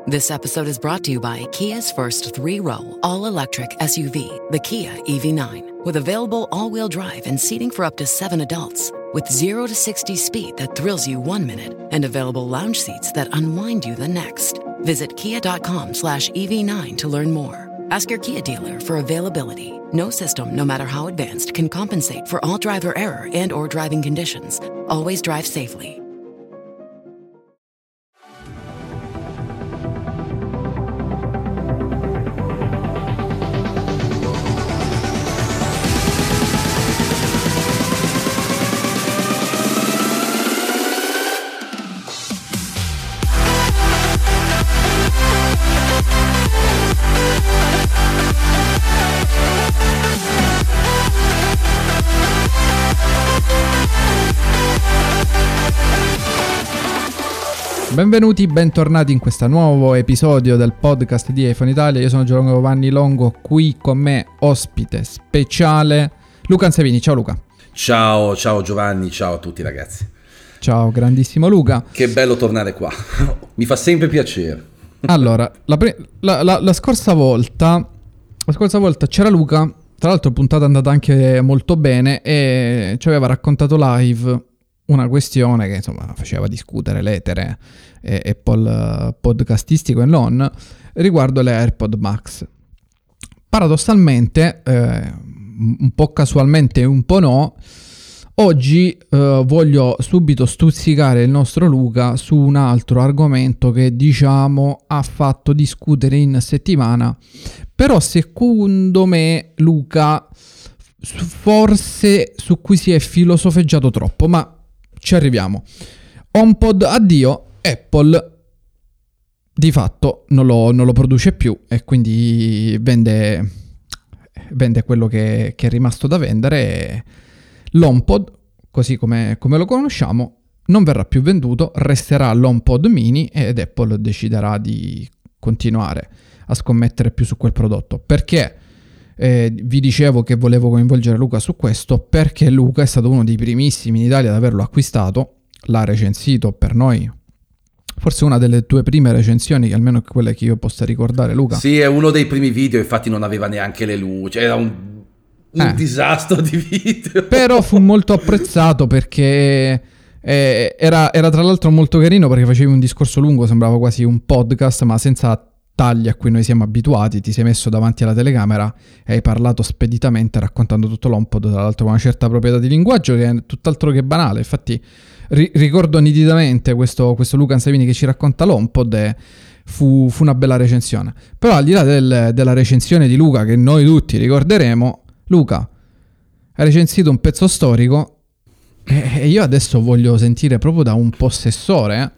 This episode is brought to you by Kia's first 3-row, all-electric SUV, the Kia EV9, with available all-wheel drive and seating for up to 7 adults. With 0 to 60 speed that thrills you 1 minute and available lounge seats that unwind you the next. Visit kia.com/EV9 to learn more. Ask your Kia dealer for availability. No system, no matter how advanced, can compensate for all driver error and or driving conditions. Always drive safely. Benvenuti, bentornati in questo nuovo episodio del podcast di iPhone Italia. Io sono Giovanni Longo, qui con me ospite speciale Luca Ansevini. Ciao Luca. Ciao Giovanni, ciao a tutti ragazzi. Ciao grandissimo Luca. Che bello tornare qua, mi fa sempre piacere. Allora, la scorsa volta c'era Luca, tra l'altro puntata è andata anche molto bene e ci aveva raccontato live una questione che insomma faceva discutere l'etere Apple podcastistico e non riguardo le AirPod Max. Paradossalmente, un po' casualmente e un po' no, oggi voglio subito stuzzicare il nostro Luca su un altro argomento che diciamo ha fatto discutere in settimana, però secondo me Luca forse su cui si è filosofeggiato troppo, ma ci arriviamo. HomePod addio, Apple di fatto non lo produce più e quindi vende quello che è rimasto da vendere e l'HomePod, così come lo conosciamo, non verrà più venduto, resterà l'HomePod mini ed Apple deciderà di continuare a scommettere più su quel prodotto. Perché? Vi dicevo che volevo coinvolgere Luca su questo perché Luca è stato uno dei primissimi in Italia ad averlo acquistato, l'ha recensito per noi, forse una delle tue prime recensioni, almeno quelle che io possa ricordare, Luca. Sì, è uno dei primi video, infatti non aveva neanche le luci, era un disastro di video. Però fu molto apprezzato perché era tra l'altro molto carino, perché facevi un discorso lungo, sembrava quasi un podcast ma senza tagli a cui noi siamo abituati. Ti sei messo davanti alla telecamera e hai parlato speditamente raccontando tutto l'HomePod, tra l'altro con una certa proprietà di linguaggio che è tutt'altro che banale. Infatti ricordo nitidamente questo Luca Ansevini che ci racconta l'HomePod e fu una bella recensione. Però al di là della recensione di Luca che noi tutti ricorderemo, Luca ha recensito un pezzo storico e io adesso voglio sentire proprio da un possessore,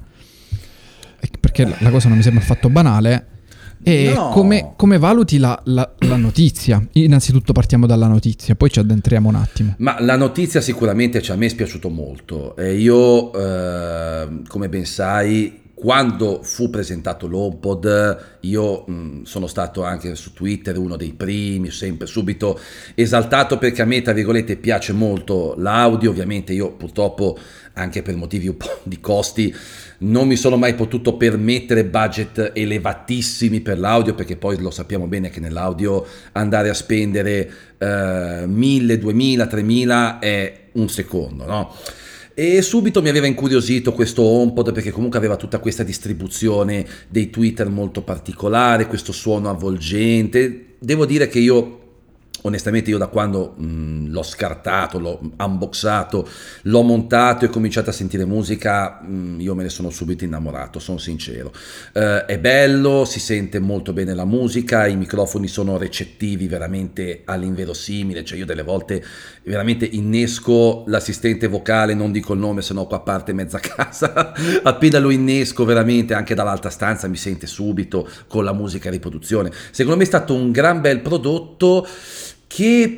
perché la cosa non mi sembra affatto banale. E no. come valuti la notizia? Innanzitutto partiamo dalla notizia, poi ci addentriamo un attimo. Ma la notizia sicuramente a me è spiaciuto molto e io, come ben sai, quando fu presentato l'HomePod io sono stato anche su Twitter uno dei primi, sempre subito esaltato, perché a me tra virgolette piace molto l'audio. Ovviamente io purtroppo anche per motivi un po' di costi non mi sono mai potuto permettere budget elevatissimi per l'audio, perché poi lo sappiamo bene che nell'audio andare a spendere 1000, 2000, 3000 è un secondo, no? E subito mi aveva incuriosito questo HomePod perché comunque aveva tutta questa distribuzione dei tweeter molto particolare, questo suono avvolgente. Devo dire che io onestamente da quando l'ho scartato, l'ho unboxato, l'ho montato e ho cominciato a sentire musica, io me ne sono subito innamorato, sono sincero. È bello, si sente molto bene la musica, i microfoni sono recettivi veramente all'inverosimile, cioè io delle volte veramente innesco l'assistente vocale, non dico il nome sennò qua parte mezza casa, appena lo innesco veramente anche dall'alta stanza mi sente subito con la musica a riproduzione. Secondo me è stato un gran bel prodotto che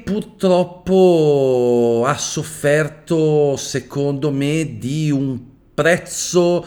purtroppo ha sofferto, secondo me, di un prezzo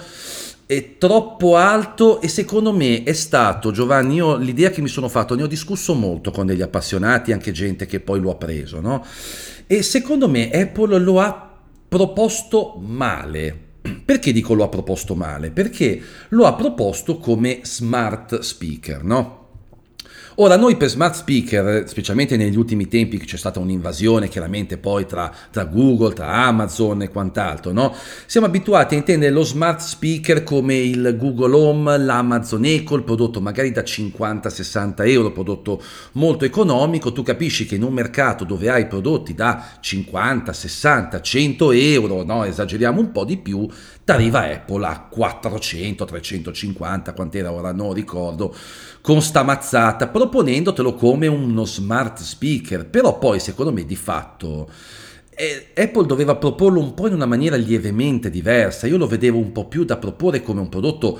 troppo alto, e secondo me è stato, Giovanni, io l'idea che mi sono fatto, ne ho discusso molto con degli appassionati, anche gente che poi lo ha preso, no? E secondo me Apple lo ha proposto male. Perché dico lo ha proposto male? Perché lo ha proposto come smart speaker, no? Ora, noi per smart speaker, specialmente negli ultimi tempi che c'è stata un'invasione chiaramente poi tra Google, tra Amazon e quant'altro, no? Siamo abituati a intendere lo smart speaker come il Google Home, l'Amazon Echo, il prodotto magari da 50-60 euro, prodotto molto economico. Tu capisci che in un mercato dove hai prodotti da 50, 60, 100 euro, no? Esageriamo un po' di più, t'arriva Apple a 400, 350, quant'era ora non ricordo, con sta mazzata, proponendotelo come uno smart speaker. Però poi secondo me di fatto Apple doveva proporlo un po' in una maniera lievemente diversa. Io lo vedevo un po' più da proporre come un prodotto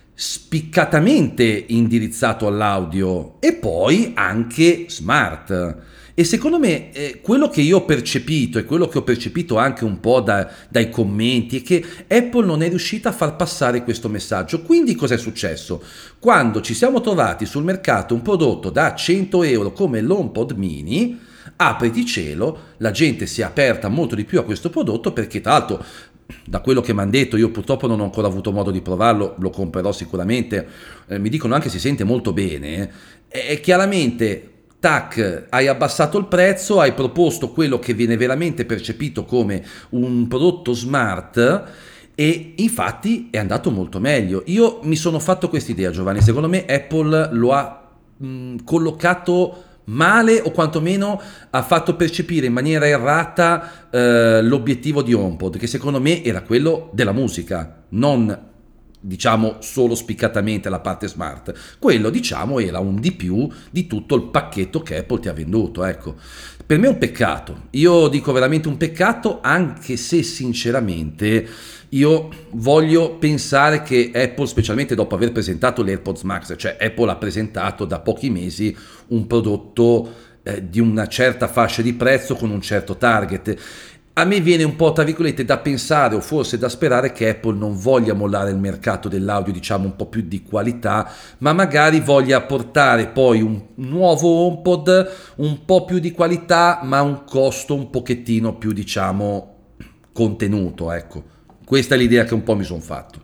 spiccatamente indirizzato all'audio e poi anche smart. E secondo me quello che io ho percepito e quello che ho percepito anche un po' dai commenti è che Apple non è riuscita a far passare questo messaggio. Quindi cos'è successo? Quando ci siamo trovati sul mercato un prodotto da 100 euro come l'HomePod mini, apriti cielo, la gente si è aperta molto di più a questo prodotto, perché tra l'altro, da quello che mi hanno detto, io purtroppo non ho ancora avuto modo di provarlo, lo comprerò sicuramente, mi dicono anche si sente molto bene, e chiaramente tac, hai abbassato il prezzo, hai proposto quello che viene veramente percepito come un prodotto smart e infatti è andato molto meglio. Io mi sono fatto quest'idea, Giovanni, secondo me Apple lo ha collocato male, o quantomeno ha fatto percepire in maniera errata l'obiettivo di HomePod, che secondo me era quello della musica, non diciamo solo spiccatamente la parte smart. Quello diciamo era un di più di tutto il pacchetto che Apple ti ha venduto. Ecco, per me è un peccato, io dico veramente un peccato, anche se sinceramente io voglio pensare che Apple, specialmente dopo aver presentato l'AirPods Max, cioè Apple ha presentato da pochi mesi un prodotto di una certa fascia di prezzo con un certo target. A me viene un po', tra virgolette, da pensare o forse da sperare che Apple non voglia mollare il mercato dell'audio, diciamo un po' più di qualità, ma magari voglia portare poi un nuovo HomePod un po' più di qualità, ma a un costo un pochettino più, diciamo, contenuto, ecco. Questa è l'idea che un po' mi sono fatto.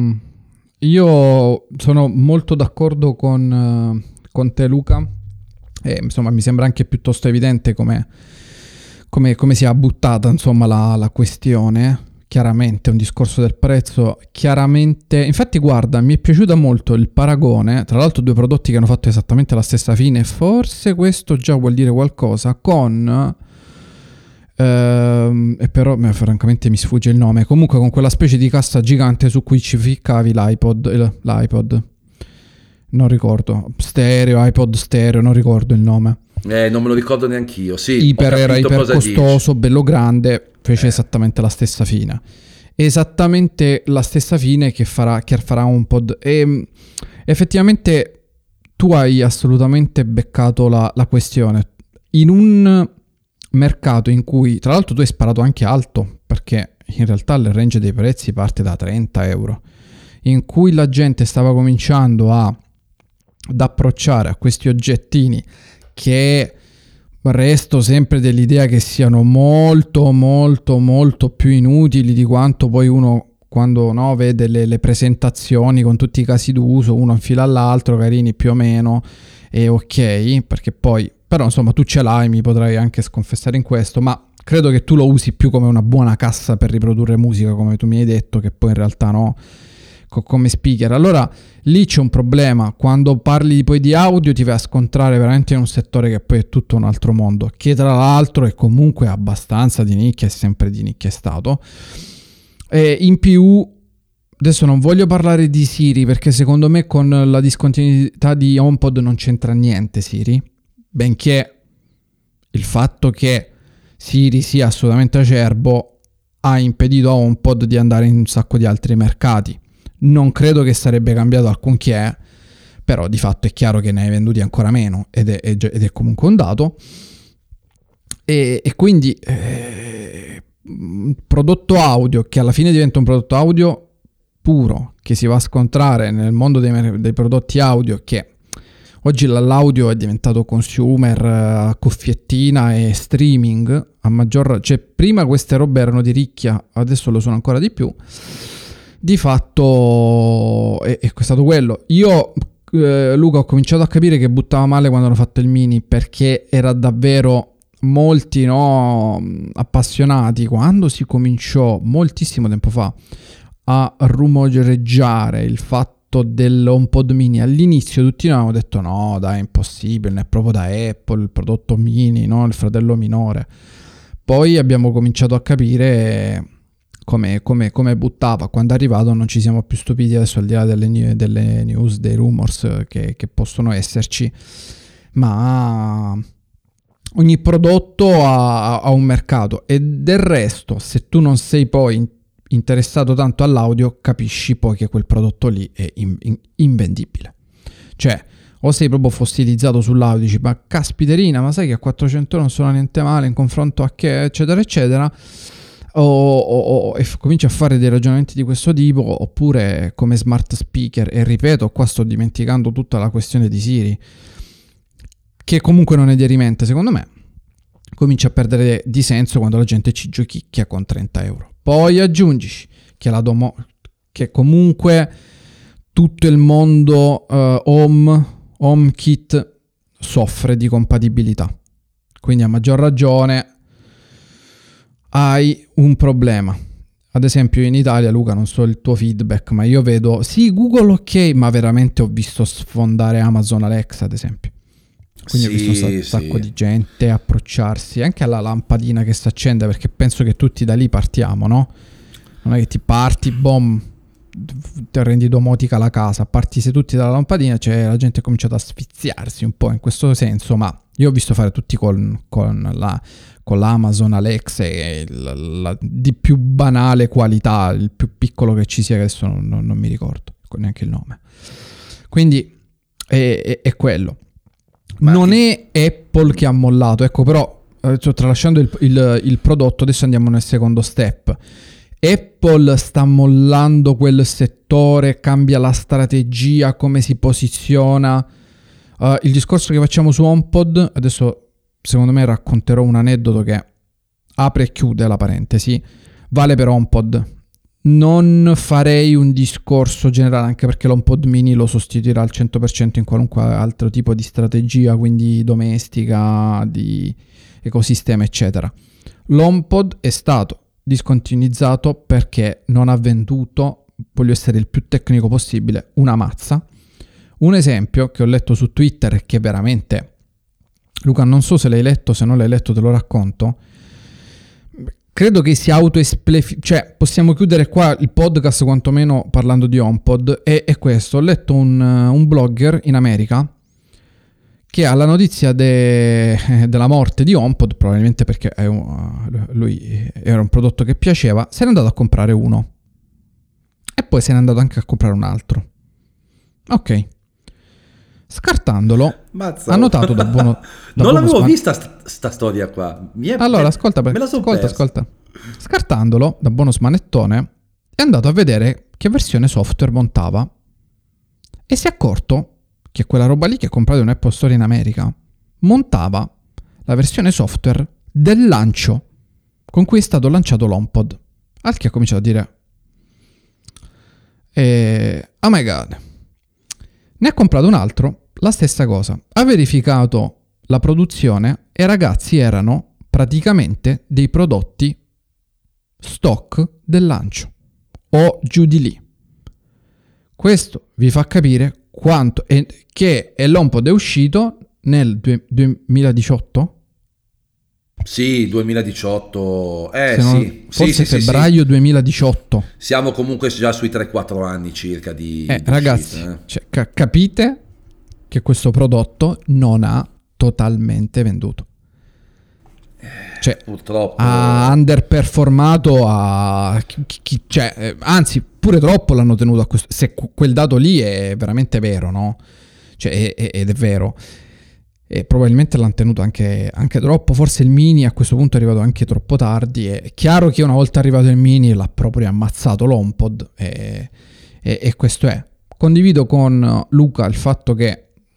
Io sono molto d'accordo con te, Luca, e insomma mi sembra anche piuttosto evidente come sia buttata insomma la questione. Chiaramente è un discorso del prezzo, chiaramente. Infatti guarda, mi è piaciuta molto il paragone, tra l'altro due prodotti che hanno fatto esattamente la stessa fine, forse questo già vuol dire qualcosa, con e però francamente mi sfugge il nome, comunque con quella specie di cassa gigante su cui ci ficcavi l'iPod, non ricordo, iPod stereo, non ricordo il nome. Non me lo ricordo neanch'io. Sì, era iper costoso, bello grande, fece esattamente la stessa fine. Esattamente la stessa fine che farà HomePod. E effettivamente tu hai assolutamente beccato la questione. In un mercato in cui, tra l'altro, tu hai sparato anche alto, perché in realtà il range dei prezzi parte da 30 euro, in cui la gente stava cominciando ad approcciare a questi oggettini che resto sempre dell'idea che siano molto molto molto più inutili di quanto poi uno, quando no, vede le presentazioni con tutti i casi d'uso, uno infila all'altro, carini più o meno, e ok, perché poi però insomma tu ce l'hai, mi potrai anche sconfessare in questo, ma credo che tu lo usi più come una buona cassa per riprodurre musica, come tu mi hai detto, che poi in realtà no, come speaker. Allora lì c'è un problema, quando parli poi di audio ti vai a scontrare veramente in un settore che poi è tutto un altro mondo, che tra l'altro è comunque abbastanza di nicchia, è sempre di nicchia stato. E in più adesso non voglio parlare di Siri, perché secondo me con la discontinuità di HomePod non c'entra niente Siri, benché il fatto che Siri sia assolutamente acerbo ha impedito a HomePod di andare in un sacco di altri mercati. Non credo che sarebbe cambiato alcunché, però di fatto è chiaro che ne hai venduti ancora meno ed è comunque un dato. E quindi un prodotto audio che alla fine diventa un prodotto audio puro, che si va a scontrare nel mondo dei prodotti audio, che Oggi l'audio è diventato consumer, cuffiettina e streaming, a maggior cioè prima queste robe erano di ricchia, adesso lo sono ancora di più. Di fatto è stato quello. Io, Luca, ho cominciato a capire che buttava male quando hanno fatto il mini, perché era davvero molti, no, appassionati, quando si cominciò moltissimo tempo fa a rumoreggiare il fatto dell'HomePod mini. All'inizio tutti noi avevamo detto no dai, è impossibile, non è proprio da Apple il prodotto mini, no, il fratello minore. Poi abbiamo cominciato a capire come buttava. Quando è arrivato non ci siamo più stupiti, adesso al di là delle news, dei rumors che possono esserci, ma ogni prodotto ha un mercato, e del resto se tu non sei poi interessato tanto all'audio, capisci poi che quel prodotto lì è invendibile. Cioè, o sei proprio fossilizzato sull'audio, dici ma caspiterina, ma sai che a 400 euro non sono niente male in confronto a che, eccetera eccetera, e cominci a fare dei ragionamenti di questo tipo, oppure come smart speaker. E ripeto, qua sto dimenticando tutta la questione di Siri, che comunque non è dirimente, secondo me comincia a perdere di senso quando la gente ci giochicchia con 30 euro. Poi aggiungici che che comunque tutto il mondo HomeKit soffre di compatibilità, quindi a maggior ragione hai un problema. Ad esempio in Italia, Luca, non so il tuo feedback, ma io vedo sì Google ok, ma veramente ho visto sfondare Amazon Alexa, ad esempio. Quindi ho visto un sacco di gente approcciarsi anche alla lampadina che si accende, perché penso che tutti da lì partiamo, no? Non è che ti parti, boom, ti rendi domotica la casa, parti se tutti dalla lampadina, cioè la gente ha cominciato a sfiziarsi un po' in questo senso, ma io ho visto fare tutti con l'Amazon Alexa di più banale qualità, il più piccolo che ci sia, che adesso non mi ricordo neanche il nome. Quindi è quello. Non è Apple che ha mollato, ecco, però tralasciando il prodotto, adesso andiamo nel secondo step. Apple sta mollando quel settore, cambia la strategia, come si posiziona. Il discorso che facciamo su HomePod, adesso secondo me racconterò un aneddoto che apre e chiude la parentesi, vale per HomePod. Non farei un discorso generale, anche perché l'HomePod mini lo sostituirà al 100% in qualunque altro tipo di strategia, quindi domestica, di ecosistema, eccetera. L'HomePod è stato discontinuizzato perché non ha venduto, voglio essere il più tecnico possibile, una mazza. Un esempio che ho letto su Twitter e che veramente, Luca, non so se l'hai letto, se non l'hai letto te lo racconto. Credo che sia cioè possiamo chiudere qua il podcast quantomeno parlando di HomePod, e questo. Ho letto un blogger in America che ha la notizia della morte di HomePod, probabilmente perché lui era un prodotto che piaceva, se n'è andato a comprare uno e poi se n'è andato anche a comprare un altro. Ok. Scartandolo, ha notato da buono non l'avevo vista sta storia qua. Allora, ascolta. Scartandolo da buono smanettone, è andato a vedere che versione software montava e si è accorto che quella roba lì che ha comprato in un Apple Store in America montava la versione software del lancio con cui è stato lanciato l'HomePod. Al che ha cominciato a dire oh my god. Ne ha comprato un altro, la stessa cosa. Ha verificato la produzione e ragazzi erano praticamente dei prodotti stock del lancio o giù di lì. Questo vi fa capire quanto che l'HomePod è uscito nel 2018? Sì, 2018. Forse febbraio 2018. Siamo comunque già sui 3-4 anni circa di ragazzi, cioè, capite che questo prodotto non ha totalmente venduto. Cioè, purtroppo ha underperformato cioè, anzi, pure troppo l'hanno tenuto a questo. Se quel dato lì è veramente vero, no? Cioè, ed è vero. E probabilmente l'hanno tenuto anche troppo. Forse il mini a questo punto è arrivato anche troppo tardi. È chiaro che una volta arrivato il mini l'ha proprio ammazzato l'HomePod, e questo è. Condivido con Luca il fatto che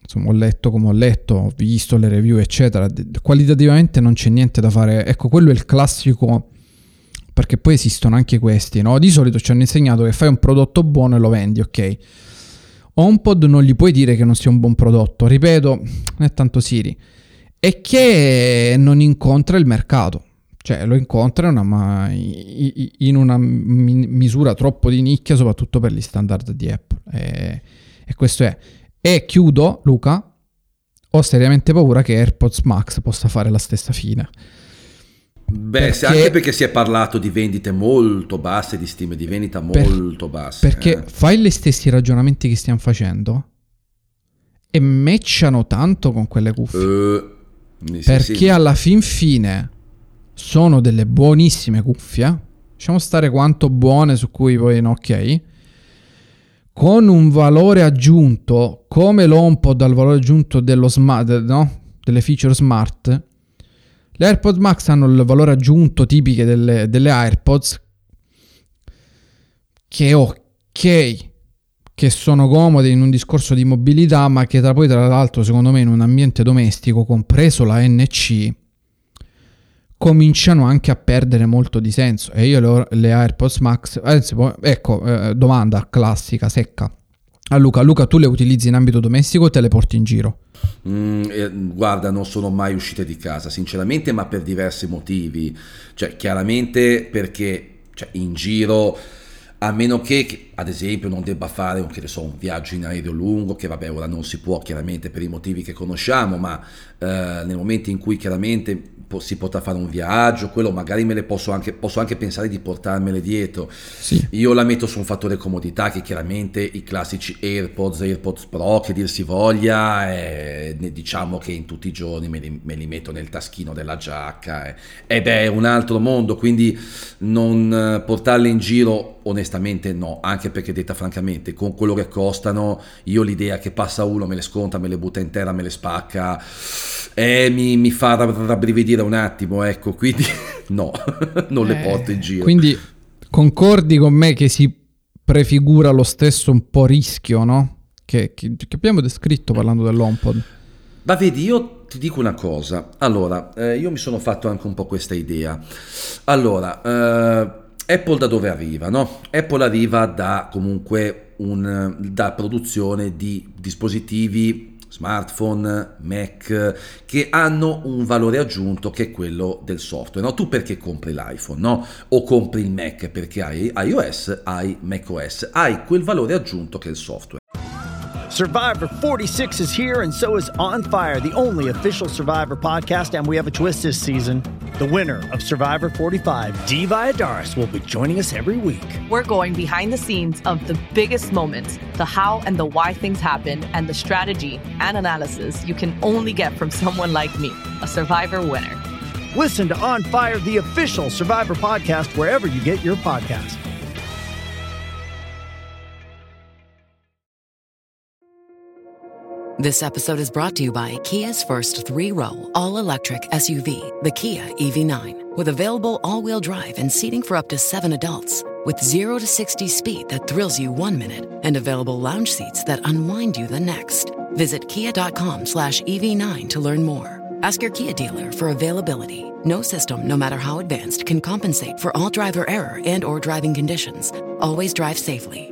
insomma, ho letto come ho letto, ho visto le review eccetera, qualitativamente non c'è niente da fare. Ecco, quello è il classico, perché poi esistono anche questi, no? Di solito ci hanno insegnato che fai un prodotto buono e lo vendi, ok? HomePod non gli puoi dire che non sia un buon prodotto, ripeto, non è tanto Siri, è che non incontra il mercato, cioè lo incontra in una misura troppo di nicchia, soprattutto per gli standard di Apple, e questo è. E chiudo, Luca, ho seriamente paura che AirPods Max possa fare la stessa fine. Beh, anche perché si è parlato di vendite molto basse, di stime di vendita molto basse. Perché fai gli stessi ragionamenti che stiamo facendo e matchano tanto con quelle cuffie. Perché alla fin fine sono delle buonissime cuffie. Lasciamo stare quanto buone, su cui poi no, ok. Con un valore aggiunto come l'HomePod al valore aggiunto dello smart, no? Delle feature smart. Le AirPods Max hanno il valore aggiunto tipiche delle AirPods, che ok, che sono comode in un discorso di mobilità, ma che tra l'altro secondo me in un ambiente domestico, compreso la NC, cominciano anche a perdere molto di senso. E io le AirPods Max, ecco, domanda classica, secca. Luca, tu le utilizzi in ambito domestico o te le porti in giro? Guarda, non sono mai uscite di casa sinceramente, ma per diversi motivi. Cioè, chiaramente perché in giro, a meno che ad esempio non debba fare un viaggio in aereo lungo, che vabbè ora non si può chiaramente per i motivi che conosciamo, ma nel momento in cui chiaramente si potrà fare un viaggio, quello magari posso anche pensare di portarmele dietro. Sì. Io la metto su un fattore comodità, che chiaramente i classici AirPods Pro, che dir si voglia, diciamo che in tutti i giorni me li metto nel taschino della giacca, è un altro mondo, quindi non portarle in giro onestamente no, anche perché, detta francamente, con quello che costano, io l'idea che passa uno, me le sconta, me le butta in terra, me le spacca, mi fa rabbrividire un attimo, ecco, quindi no, non le porto in giro. Quindi concordi con me che si prefigura lo stesso un po' rischio, no? Che abbiamo descritto parlando dell'HomePod. Ma vedi, io ti dico una cosa. Allora, io mi sono fatto anche un po' questa idea. Allora, Apple da dove arriva, no? Apple arriva da comunque da produzione di dispositivi, smartphone, Mac, che hanno un valore aggiunto che è quello del software, no? Tu perché compri l'iPhone, no? O compri il Mac perché hai iOS, hai macOS, hai quel valore aggiunto che è il software. Survivor 46 is here, and so is On Fire, the only official Survivor podcast, and we have a twist this season. The winner of Survivor 45, Dee Valladares, will be joining us every week. We're going behind the scenes of the biggest moments, the how and the why things happen, and the strategy and analysis you can only get from someone like me, a Survivor winner. Listen to On Fire, the official Survivor podcast, wherever you get your podcast. This episode is brought to you by Kia's first 3-row, all-electric SUV, the Kia EV9, with available all-wheel drive and seating for up to 7 adults, with 0 to 60 speed that thrills you 1 minute, and available lounge seats that unwind you the next. Visit kia.com/EV9 to learn more. Ask your Kia dealer for availability. No system, no matter how advanced, can compensate for all driver error and or driving conditions. Always drive safely.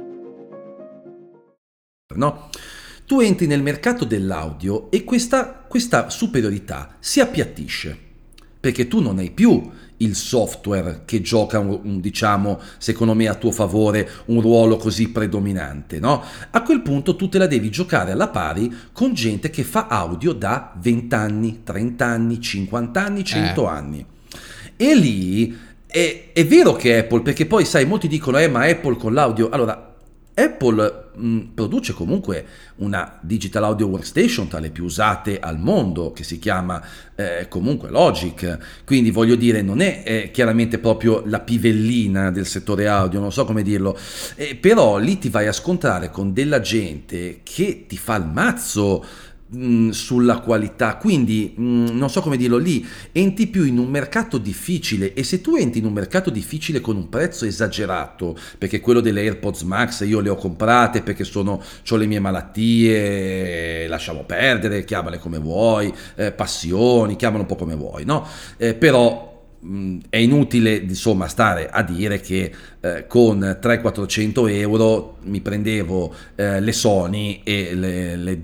No? Tu entri nel mercato dell'audio e questa superiorità si appiattisce, perché tu non hai più il software che gioca, diciamo, secondo me a tuo favore, un ruolo così predominante, no? A quel punto tu te la devi giocare alla pari con gente che fa audio da 20 anni, 30 anni, 50 anni, 100 anni. E lì è vero che Apple, perché poi sai, molti dicono ma Apple con l'audio, allora Apple produce comunque una Digital Audio Workstation tra le più usate al mondo, che si chiama comunque Logic, quindi voglio dire non è chiaramente proprio la pivellina del settore audio, non so come dirlo, però lì ti vai a scontrare con della gente che ti fa il mazzo sulla qualità, quindi non so come dirlo, lì entri più in un mercato difficile, e se tu entri in un mercato difficile con un prezzo esagerato, perché quello delle AirPods Max io le ho comprate perché c'ho le mie malattie, lasciamo perdere, chiamale come vuoi, passioni, chiamalo un po' come vuoi, no? Però è inutile insomma stare a dire che con 300-400 euro mi prendevo le Sony e le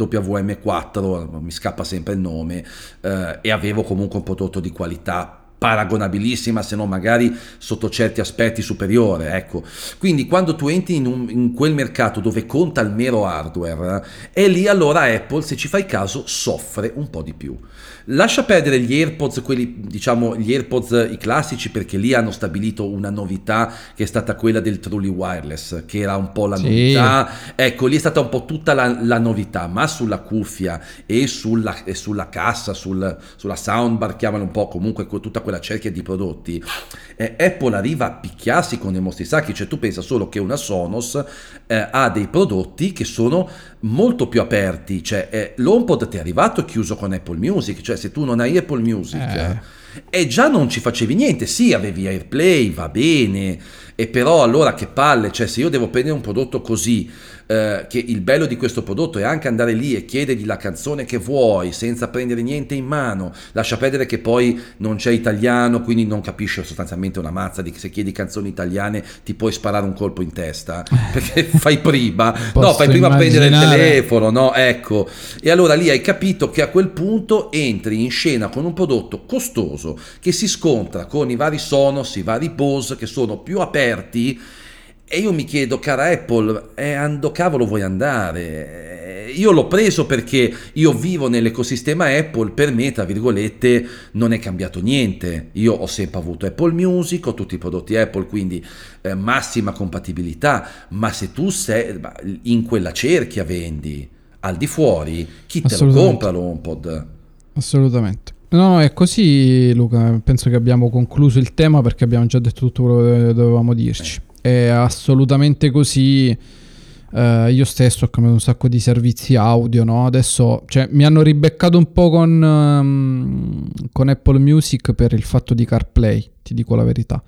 WM4, mi scappa sempre il nome, e avevo comunque un prodotto di qualità paragonabilissima, se non magari sotto certi aspetti superiore, ecco. Quindi quando tu entri in quel mercato dove conta il mero hardware, e lì allora Apple, se ci fai caso, soffre un po' di più. Lascia perdere gli AirPods, quelli diciamo gli AirPods i classici, perché lì hanno stabilito una novità che è stata quella del Truly Wireless, che era un po' la novità, ecco, lì è stata un po' tutta la novità, ma sulla cuffia e sulla cassa, sulla soundbar, chiamano un po', comunque tutta quella cerchia di prodotti, Apple arriva a picchiarsi con i mostri sacri. Cioè tu pensa solo che una Sonos ha dei prodotti che sono molto più aperti, cioè l'HomePod ti è arrivato chiuso con Apple Music, cioè se tu non hai Apple Music e già non ci facevi niente, sì, avevi AirPlay, va bene, e però allora che palle, cioè se io devo prendere un prodotto così, che il bello di questo prodotto è anche andare lì e chiedergli la canzone che vuoi senza prendere niente in mano, lascia perdere che poi non c'è italiano, quindi non capisce sostanzialmente una mazza di se chiedi canzoni italiane ti puoi sparare un colpo in testa, perché fai prima prendere il telefono, no? Ecco, e allora lì hai capito che a quel punto entri in scena con un prodotto costoso che si scontra con i vari Sonos, i vari Bose che sono più aperti. E io mi chiedo, cara Apple, dove cavolo vuoi andare? Io l'ho preso perché io vivo nell'ecosistema Apple, per me, tra virgolette, non è cambiato niente. Io ho sempre avuto Apple Music, ho tutti i prodotti Apple, quindi massima compatibilità, ma se tu sei in quella cerchia vendi, al di fuori, chi te lo compra l'HomePod? Assolutamente. No, è così, Luca, penso che abbiamo concluso il tema perché abbiamo già detto tutto quello che dovevamo dirci. È assolutamente così. Io stesso ho cambiato un sacco di servizi audio, no? Adesso, cioè, mi hanno ribeccato un po' con Apple Music per il fatto di CarPlay, ti dico la verità.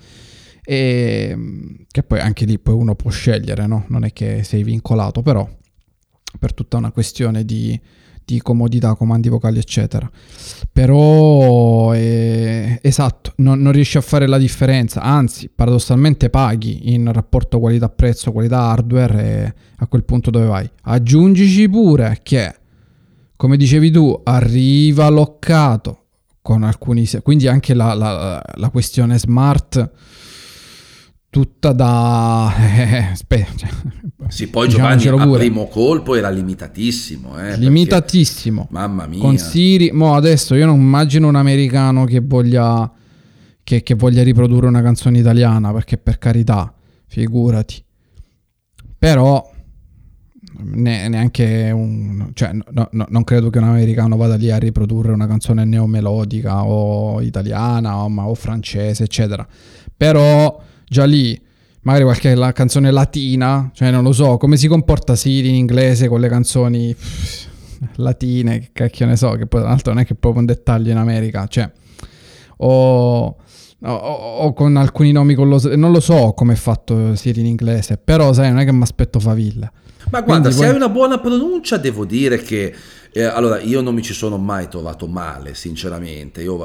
E che poi anche lì poi uno può scegliere, no? Non è che sei vincolato, però per tutta una questione di comodità, comandi vocali eccetera. Però esatto, non riesci a fare la differenza, anzi paradossalmente paghi in rapporto qualità-prezzo, qualità-hardware, e a quel punto dove vai? Aggiungici pure che, come dicevi tu, arriva loccato con alcuni, quindi anche la questione smart tutta da sì, poi Giovanni a primo colpo era limitatissimo, limitatissimo, perché, mamma mia, con Siri. Mo adesso io non immagino un americano che voglia riprodurre una canzone italiana, perché per carità, figurati, però neanche non credo che un americano vada lì a riprodurre una canzone neomelodica o italiana o francese eccetera. Però già lì magari qualche canzone latina, cioè non lo so, come si comporta Siri in inglese con le canzoni latine, che cacchio ne so, che poi tra l'altro non è che è proprio un dettaglio in America, cioè o con alcuni nomi non lo so come è fatto Siri in inglese, però sai, non è che mi aspetto faville. Ma guarda, se hai una buona pronuncia, devo dire che allora io non mi ci sono mai trovato male, sinceramente. Io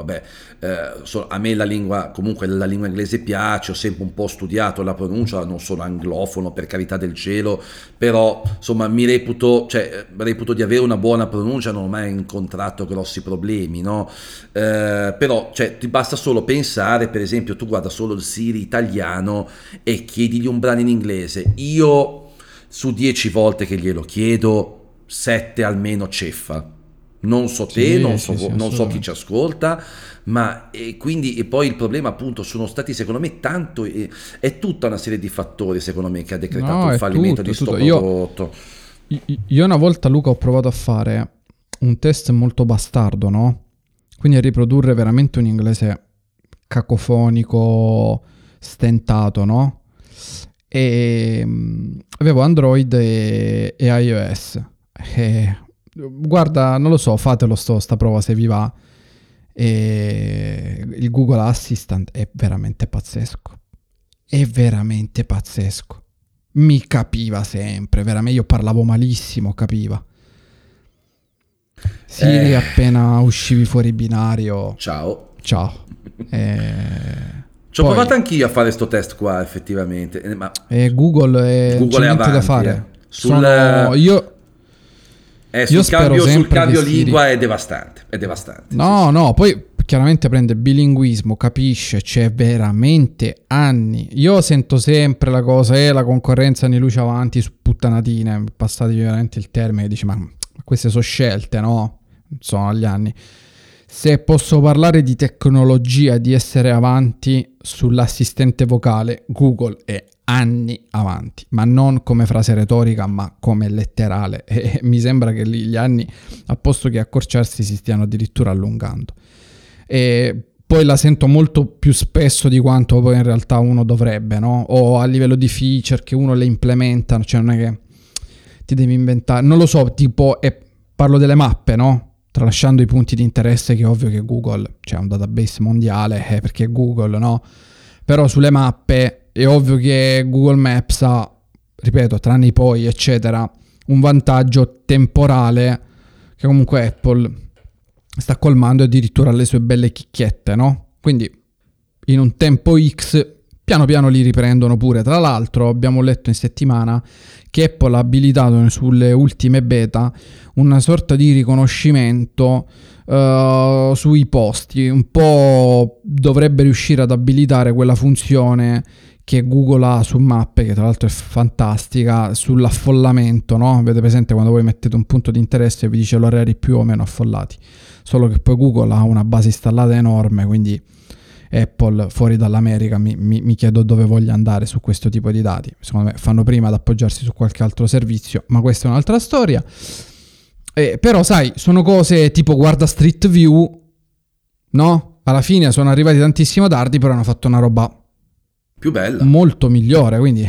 a me la lingua inglese piace, ho sempre un po' studiato la pronuncia, non sono anglofono per carità del cielo, però insomma mi reputo di avere una buona pronuncia, non ho mai incontrato grossi problemi, no? Però cioè, ti basta solo pensare, per esempio, tu guarda solo il Siri italiano e chiedigli un brano in inglese. Io su 10 volte che glielo chiedo, 7 almeno ceffa. Non so te, non so chi ci ascolta, ma e poi il problema appunto sono stati, secondo me, tanto è tutta una serie di fattori, secondo me, che ha decretato il fallimento di sto prodotto. Io una volta, Luca, ho provato a fare un test molto bastardo, no? Quindi a riprodurre veramente un inglese cacofonico, stentato, no? E avevo Android e iOS, e guarda, non lo so, fatelo sta prova se vi va. E il Google Assistant è veramente pazzesco. È veramente pazzesco. Mi capiva sempre, veramente. Io parlavo malissimo, capiva. Siri, appena uscivi fuori binario. Ciao. Ci ho provato anch'io a fare sto test qua, effettivamente. Ma Google è avanti, da fare. Sul cambio lingua è devastante. No, poi chiaramente prende bilinguismo, capisce, c'è veramente anni. Io sento sempre la cosa, la concorrenza ne luce avanti su puttanatine, passati veramente il termine, dici ma queste sono scelte, no? Sono agli anni. Se posso parlare di tecnologia, di essere avanti sull'assistente vocale, Google è anni avanti, ma non come frase retorica, ma come letterale. E mi sembra che gli anni, a posto che accorciarsi, si stiano addirittura allungando. E poi la sento molto più spesso di quanto poi in realtà uno dovrebbe, no? O a livello di feature che uno le implementa, cioè non è che ti devi inventare, non lo so, tipo, parlo delle mappe, no? Tralasciando i punti di interesse, che è ovvio che Google, c'è un database mondiale, perché è Google, no? Però sulle mappe è ovvio che Google Maps ha, ripeto, tranne i poi, eccetera, un vantaggio temporale che comunque Apple sta colmando addirittura le sue belle chicchiette, no? Quindi in un tempo X piano piano li riprendono pure. Tra l'altro abbiamo letto in settimana che Apple ha abilitato sulle ultime beta una sorta di riconoscimento sui posti. Un po' dovrebbe riuscire ad abilitare quella funzione che Google ha su mappe, che tra l'altro è fantastica, sull'affollamento, no? Avete presente quando voi mettete un punto di interesse e vi dice l'orari più o meno affollati? Solo che poi Google ha una base installata enorme, quindi Apple fuori dall'America mi chiedo dove voglia andare su questo tipo di dati. Secondo me fanno prima ad appoggiarsi su qualche altro servizio, ma questa è un'altra storia. Però sai, sono cose tipo guarda Street View, no? Alla fine sono arrivati tantissimo tardi, però hanno fatto una roba più bella, molto migliore, quindi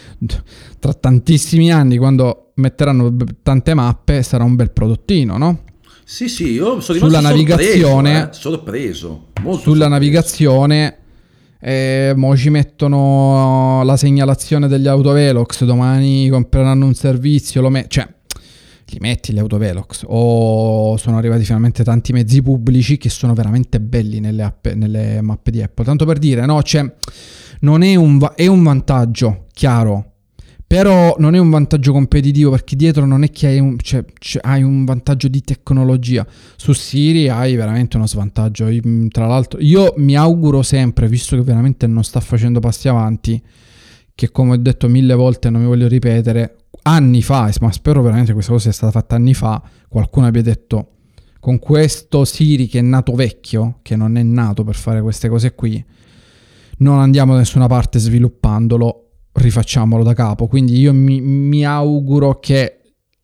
tra tantissimi anni, quando metteranno tante mappe, sarà un bel prodottino, no? Sì, io sono sulla navigazione, sorpreso sulla sorpreso. Navigazione, mo ci mettono la segnalazione degli autovelox, domani compreranno un servizio, cioè li metti gli autovelox, o sono arrivati finalmente tanti mezzi pubblici che sono veramente belli nelle mappe di Apple, tanto per dire, no, cioè non è è un vantaggio, chiaro, però non è un vantaggio competitivo, perché dietro non è che hai un vantaggio di tecnologia. Su Siri hai veramente uno svantaggio. Tra l'altro io mi auguro sempre, visto che veramente non sta facendo passi avanti, che come ho detto 1000 volte, non mi voglio ripetere, anni fa, ma spero veramente che questa cosa sia stata fatta anni fa, qualcuno abbia detto con questo Siri che è nato vecchio, che non è nato per fare queste cose qui, non andiamo da nessuna parte sviluppandolo, rifacciamolo da capo. Quindi io mi auguro che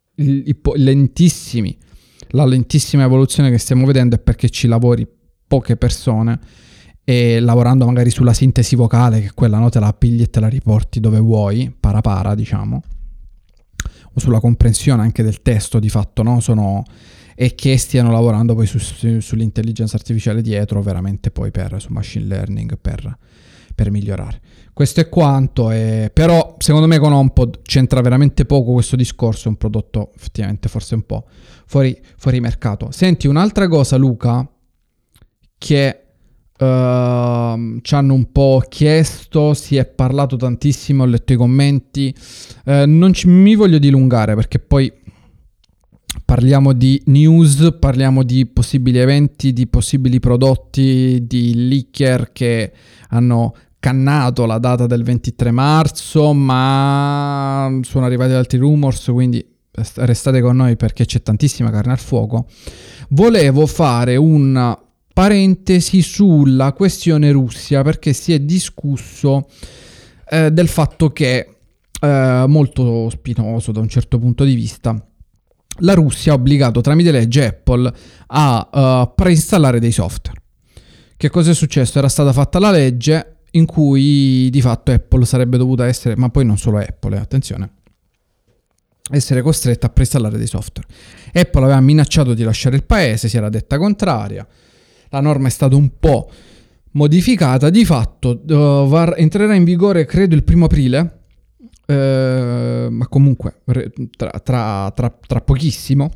la lentissima evoluzione che stiamo vedendo è perché ci lavori poche persone, e lavorando magari sulla sintesi vocale, che quella, no, te la pigli e te la riporti dove vuoi, para diciamo, o sulla comprensione anche del testo di fatto, no? E che stiano lavorando poi sull'intelligenza artificiale dietro, veramente poi su machine learning per migliorare. Questo è quanto, però secondo me con HomePod c'entra veramente poco questo discorso, è un prodotto effettivamente forse un po' fuori mercato. Senti, un'altra cosa, Luca, che ci hanno un po' chiesto, si è parlato tantissimo, ho letto i commenti, non mi voglio dilungare perché poi parliamo di news, parliamo di possibili eventi, di possibili prodotti, di leaker che hanno cannato la data del 23 marzo, ma sono arrivati altri rumors, quindi restate con noi perché c'è tantissima carne al fuoco. Volevo fare una parentesi sulla questione Russia, perché si è discusso del fatto che, molto spinoso da un certo punto di vista, la Russia ha obbligato tramite legge Apple a preinstallare dei software. Che cosa è successo? Era stata fatta la legge in cui di fatto Apple sarebbe dovuta essere, ma poi non solo Apple, attenzione, essere costretta a preinstallare dei software. Apple aveva minacciato di lasciare il paese, si era detta contraria, la norma è stata un po' modificata, di fatto entrerà in vigore credo il 1 aprile, ma comunque tra pochissimo.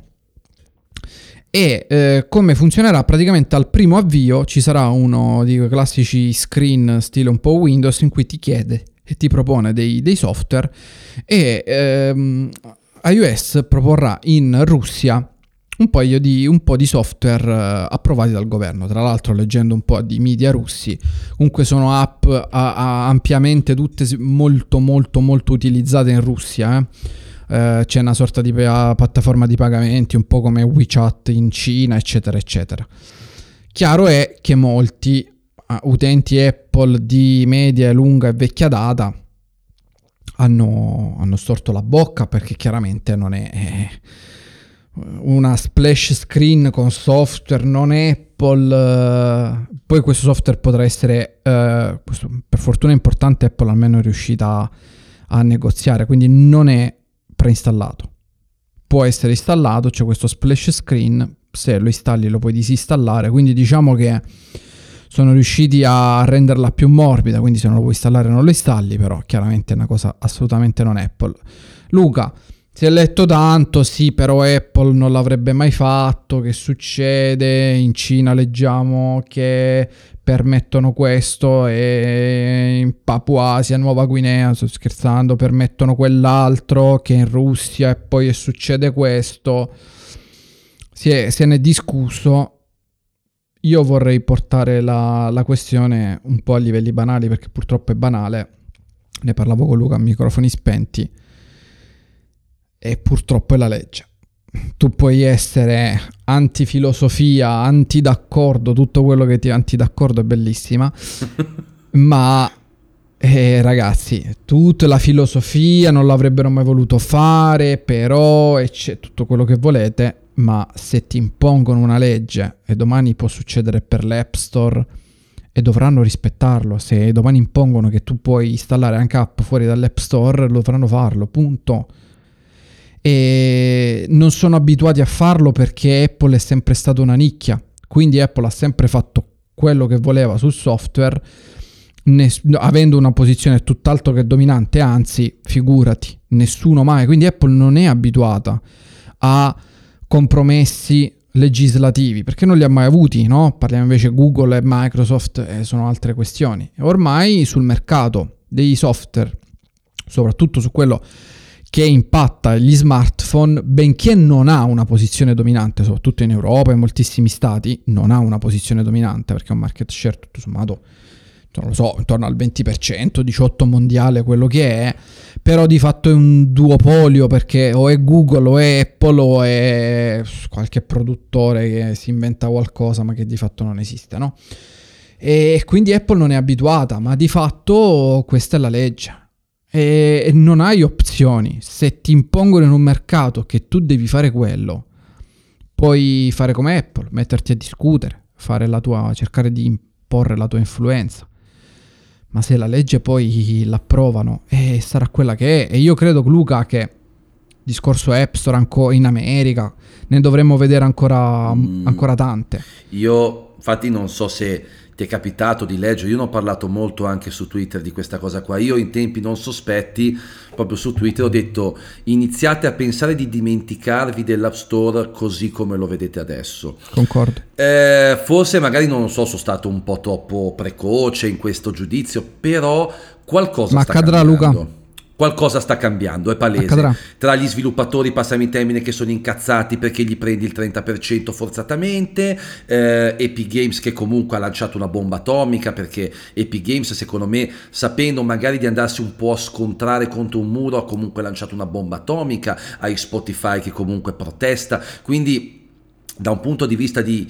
E come funzionerà? Praticamente al primo avvio ci sarà uno di quei classici screen stile un po' Windows in cui ti chiede e ti propone dei software, e iOS proporrà in Russia un po' di software approvati dal governo. Tra l'altro, leggendo un po' di media russi, comunque sono app ampiamente tutte molto molto molto utilizzate in Russia. C'è una sorta di piattaforma di pagamenti un po' come WeChat in Cina, eccetera eccetera. Chiaro è che molti utenti Apple di media, lunga e vecchia data hanno storto la bocca, perché chiaramente non è una splash screen con software non Apple. Poi questo software potrà essere, questo, per fortuna importante, Apple almeno è riuscita a negoziare, quindi non è preinstallato, può essere installato, c'è questo splash screen, se lo installi lo puoi disinstallare, quindi diciamo che sono riusciti a renderla più morbida, quindi se non lo puoi installare non lo installi, però chiaramente è una cosa assolutamente non Apple. Luca, si è letto tanto, sì, però Apple non l'avrebbe mai fatto, che succede? In Cina leggiamo che permettono questo, e in Papua Asia Nuova Guinea, sto scherzando, permettono quell'altro, che in Russia, e poi succede questo. Se ne è discusso. Io vorrei portare la questione un po' a livelli banali, perché purtroppo è banale, ne parlavo con Luca a microfoni spenti, e purtroppo è la legge. Tu puoi essere antifilosofia, antidaccordo, tutto quello che ti antidaccordo è bellissima, ma ragazzi, tutta la filosofia non l'avrebbero mai voluto fare, però e c'è tutto quello che volete, ma se ti impongono una legge, e domani può succedere per l'App Store, e dovranno rispettarlo. Se domani impongono che tu puoi installare anche app fuori dall'App Store, lo dovranno farlo, punto. E non sono abituati a farlo perché Apple è sempre stata una nicchia, quindi Apple ha sempre fatto quello che voleva sul software, avendo una posizione tutt'altro che dominante, anzi figurati, nessuno mai, quindi Apple non è abituata a compromessi legislativi, perché non li ha mai avuti, no? Parliamo invece Google e Microsoft, sono altre questioni. Ormai sul mercato dei software, soprattutto su quello che impatta gli smartphone, benché non ha una posizione dominante, soprattutto in Europa e in moltissimi stati, non ha una posizione dominante, perché è un market share tutto sommato, non lo so, intorno al 20%, 18 mondiale, quello che è, però di fatto è un duopolio, perché o è Google o è Apple o è qualche produttore che si inventa qualcosa ma che di fatto non esiste, no? E quindi Apple non è abituata, ma di fatto questa è la legge. E non hai opzioni. Se ti impongono in un mercato che tu devi fare quello, puoi fare come Apple, metterti a discutere, fare cercare di imporre la tua influenza, ma se la legge poi l'approvano, sarà quella che è. E io credo, Luca, che discorso App Store ancora in America ne dovremmo vedere ancora tante. Io infatti non so se ti è capitato di leggere, io ne ho parlato molto anche su Twitter di questa cosa qua. Io in tempi non sospetti, proprio su Twitter ho detto: iniziate a pensare di dimenticarvi dell'App Store così come lo vedete adesso. Concordo. Forse magari non so, sono stato un po' troppo precoce in questo giudizio, però qualcosa sta accadrà, cambiando. Luca. Qualcosa sta cambiando, è palese. Accadrà. Tra gli sviluppatori, passami il termine, che sono incazzati perché gli prendi il 30% forzatamente, Epic Games che comunque ha lanciato una bomba atomica, perché Epic Games, secondo me, sapendo magari di andarsi un po' a scontrare contro un muro, ha comunque lanciato una bomba atomica. Hai Spotify che comunque protesta, quindi da un punto di vista di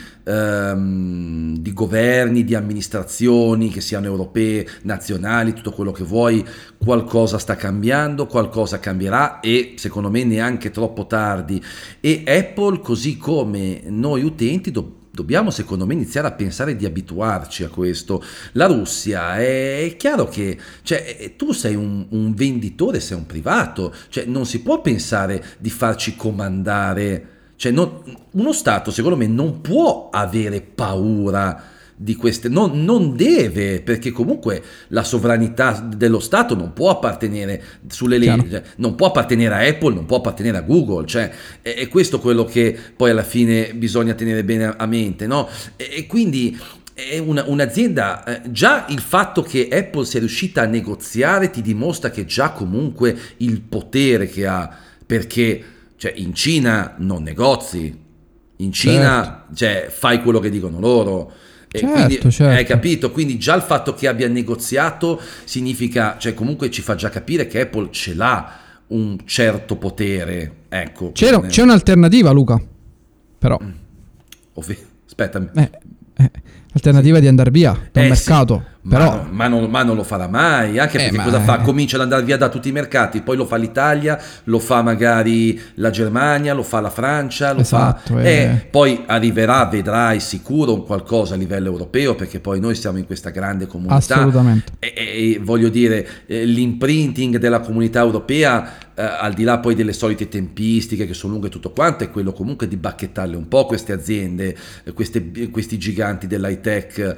governi, di amministrazioni, che siano europee, nazionali, tutto quello che vuoi, qualcosa sta cambiando, qualcosa cambierà, e secondo me neanche troppo tardi. E Apple, così come noi utenti, dobbiamo secondo me iniziare a pensare di abituarci a questo. La Russia è chiaro che, cioè, tu sei un venditore, sei un privato, cioè non si può pensare di farci comandare, cioè uno Stato secondo me non può avere paura di queste, non deve, perché comunque la sovranità dello Stato non può appartenere sulle leggi, non può appartenere a Apple, non può appartenere a Google, cioè è questo quello che poi alla fine bisogna tenere bene a mente, no? E quindi è un'azienda, già il fatto che Apple sia riuscita a negoziare ti dimostra che già comunque il potere che ha, perché cioè, in Cina non negozi, in Cina cioè, fai quello che dicono loro. Certo. Hai capito? Quindi già il fatto che abbia negoziato significa, cioè comunque ci fa già capire che Apple ce l'ha un certo potere. Ecco. C'è un'alternativa, Luca. Però. Aspetta. L'alternativa di andare via dal mercato. Però... Ma non lo farà mai, anche perché cosa fa? Comincia ad andare via da tutti i mercati, poi lo fa l'Italia, lo fa magari la Germania, lo fa la Francia, lo fa poi arriverà, vedrai sicuro un qualcosa a livello europeo, perché poi noi siamo in questa grande comunità. Assolutamente. E voglio dire, l'imprinting della comunità europea, al di là poi delle solite tempistiche che sono lunghe e tutto quanto, è quello comunque di bacchettarle un po' queste aziende, questi giganti dell'high tech,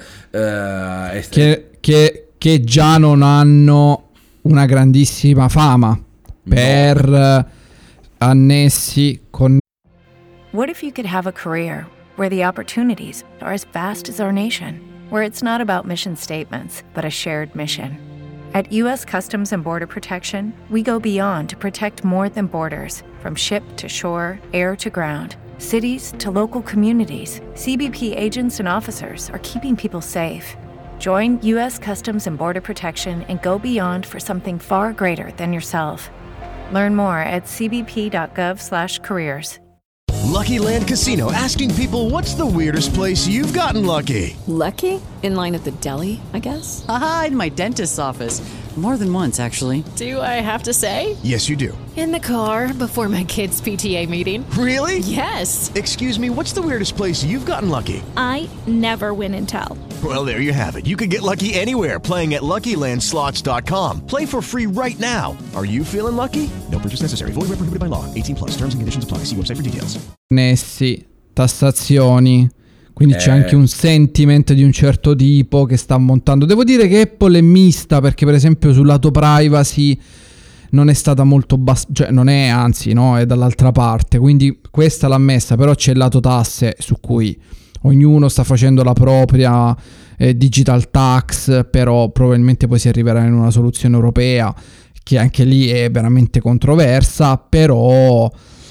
che già non hanno una grandissima fama per annessi con. What if you could have a career where the opportunities are as vast as our nation, where it's not about mission statements, but a shared mission? At U.S. Customs and Border Protection, we go beyond to protect more than borders, from ship to shore, air to ground, cities to local communities. CBP agents and officers are keeping people safe. Join U.S. Customs and Border Protection and go beyond for something far greater than yourself. Learn more at cbp.gov/careers. Lucky Land Casino, asking people, what's the weirdest place you've gotten lucky? Lucky? In line at the deli, I guess? Aha, in my dentist's office. More than once, actually. Do I have to say? Yes, you do. In the car before my kids' PTA meeting. Really? Yes. Excuse me, what's the weirdest place you've gotten lucky? I never win and tell. Well, there you have it. You can get lucky anywhere, playing at LuckyLandSlots.com. Play for free right now. Are you feeling lucky? No purchase necessary. Void where prohibited by law. 18+. Terms and conditions apply. See website for details. Nessi, tassazioni. Quindi c'è anche un sentiment di un certo tipo che sta montando. Devo dire che Apple è mista, perché per esempio sul lato privacy non è stata molto cioè non è, anzi no, è dall'altra parte, quindi questa l'ha messa. Però c'è il lato tasse, su cui ognuno sta facendo la propria digital tax, però probabilmente poi si arriverà in una soluzione europea che anche lì è veramente controversa. Però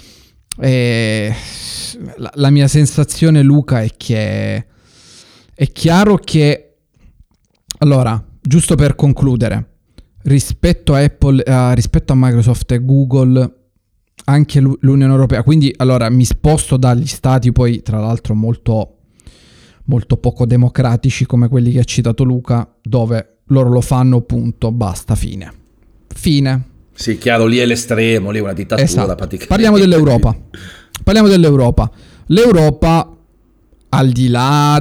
la mia sensazione, Luca, è che è chiaro che, allora, giusto per concludere, rispetto a Apple, rispetto a Microsoft e Google, anche l'Unione Europea, quindi allora mi sposto dagli stati poi tra l'altro molto, molto poco democratici come quelli che ha citato Luca, dove loro lo fanno, punto, basta, fine. Sì, chiaro, lì è l'estremo, lì è una dittatura, esatto. Praticamente. Parliamo dell'Europa. L'Europa, al di là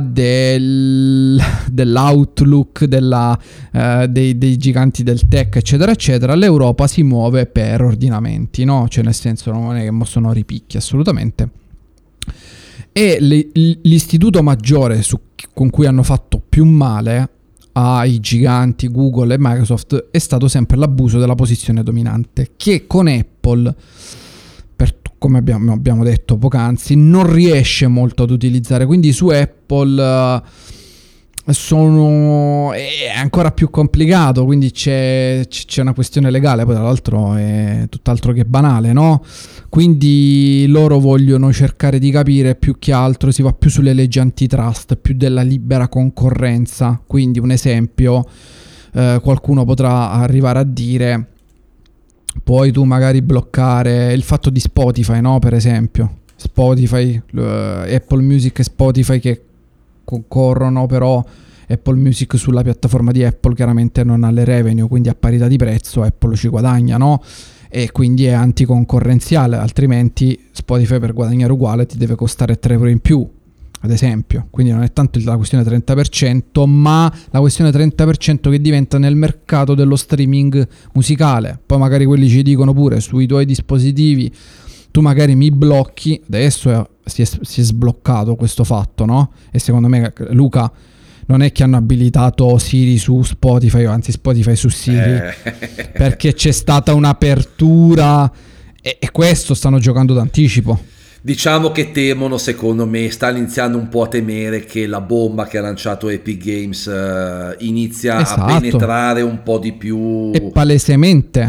dell'outlook dei giganti del tech, eccetera, eccetera, l'Europa si muove per ordinamenti, no? Cioè, nel senso, non è che sono ripicchi, assolutamente. E l'istituto maggiore con cui hanno fatto più male ai giganti Google e Microsoft è stato sempre l'abuso della posizione dominante, che con Apple, come abbiamo detto poc'anzi, non riesce molto ad utilizzare. Quindi su Apple è ancora più complicato, quindi c'è una questione legale, poi tra l'altro è tutt'altro che banale, no? Quindi loro vogliono cercare di capire, più che altro si va più sulle leggi antitrust, più della libera concorrenza. Quindi un esempio, qualcuno potrà arrivare a dire: puoi tu magari bloccare il fatto di Spotify, no? Per esempio Spotify, Apple Music e Spotify che concorrono, però Apple Music sulla piattaforma di Apple chiaramente non ha le revenue, quindi a parità di prezzo Apple ci guadagna, no? E quindi è anticoncorrenziale, altrimenti Spotify per guadagnare uguale ti deve costare 3 euro in più ad esempio. Quindi non è tanto la questione 30%, ma la questione 30% che diventa nel mercato dello streaming musicale. Poi magari quelli ci dicono pure sui tuoi dispositivi tu magari mi blocchi. Adesso si è sbloccato questo fatto, no? E secondo me, Luca, non è che hanno abilitato Siri su Spotify, anzi Spotify su Siri, perché c'è stata un'apertura e questo stanno giocando d'anticipo. Diciamo che temono, secondo me, stanno iniziando un po' a temere che la bomba che ha lanciato Epic Games inizia a penetrare un po' di più. È palesemente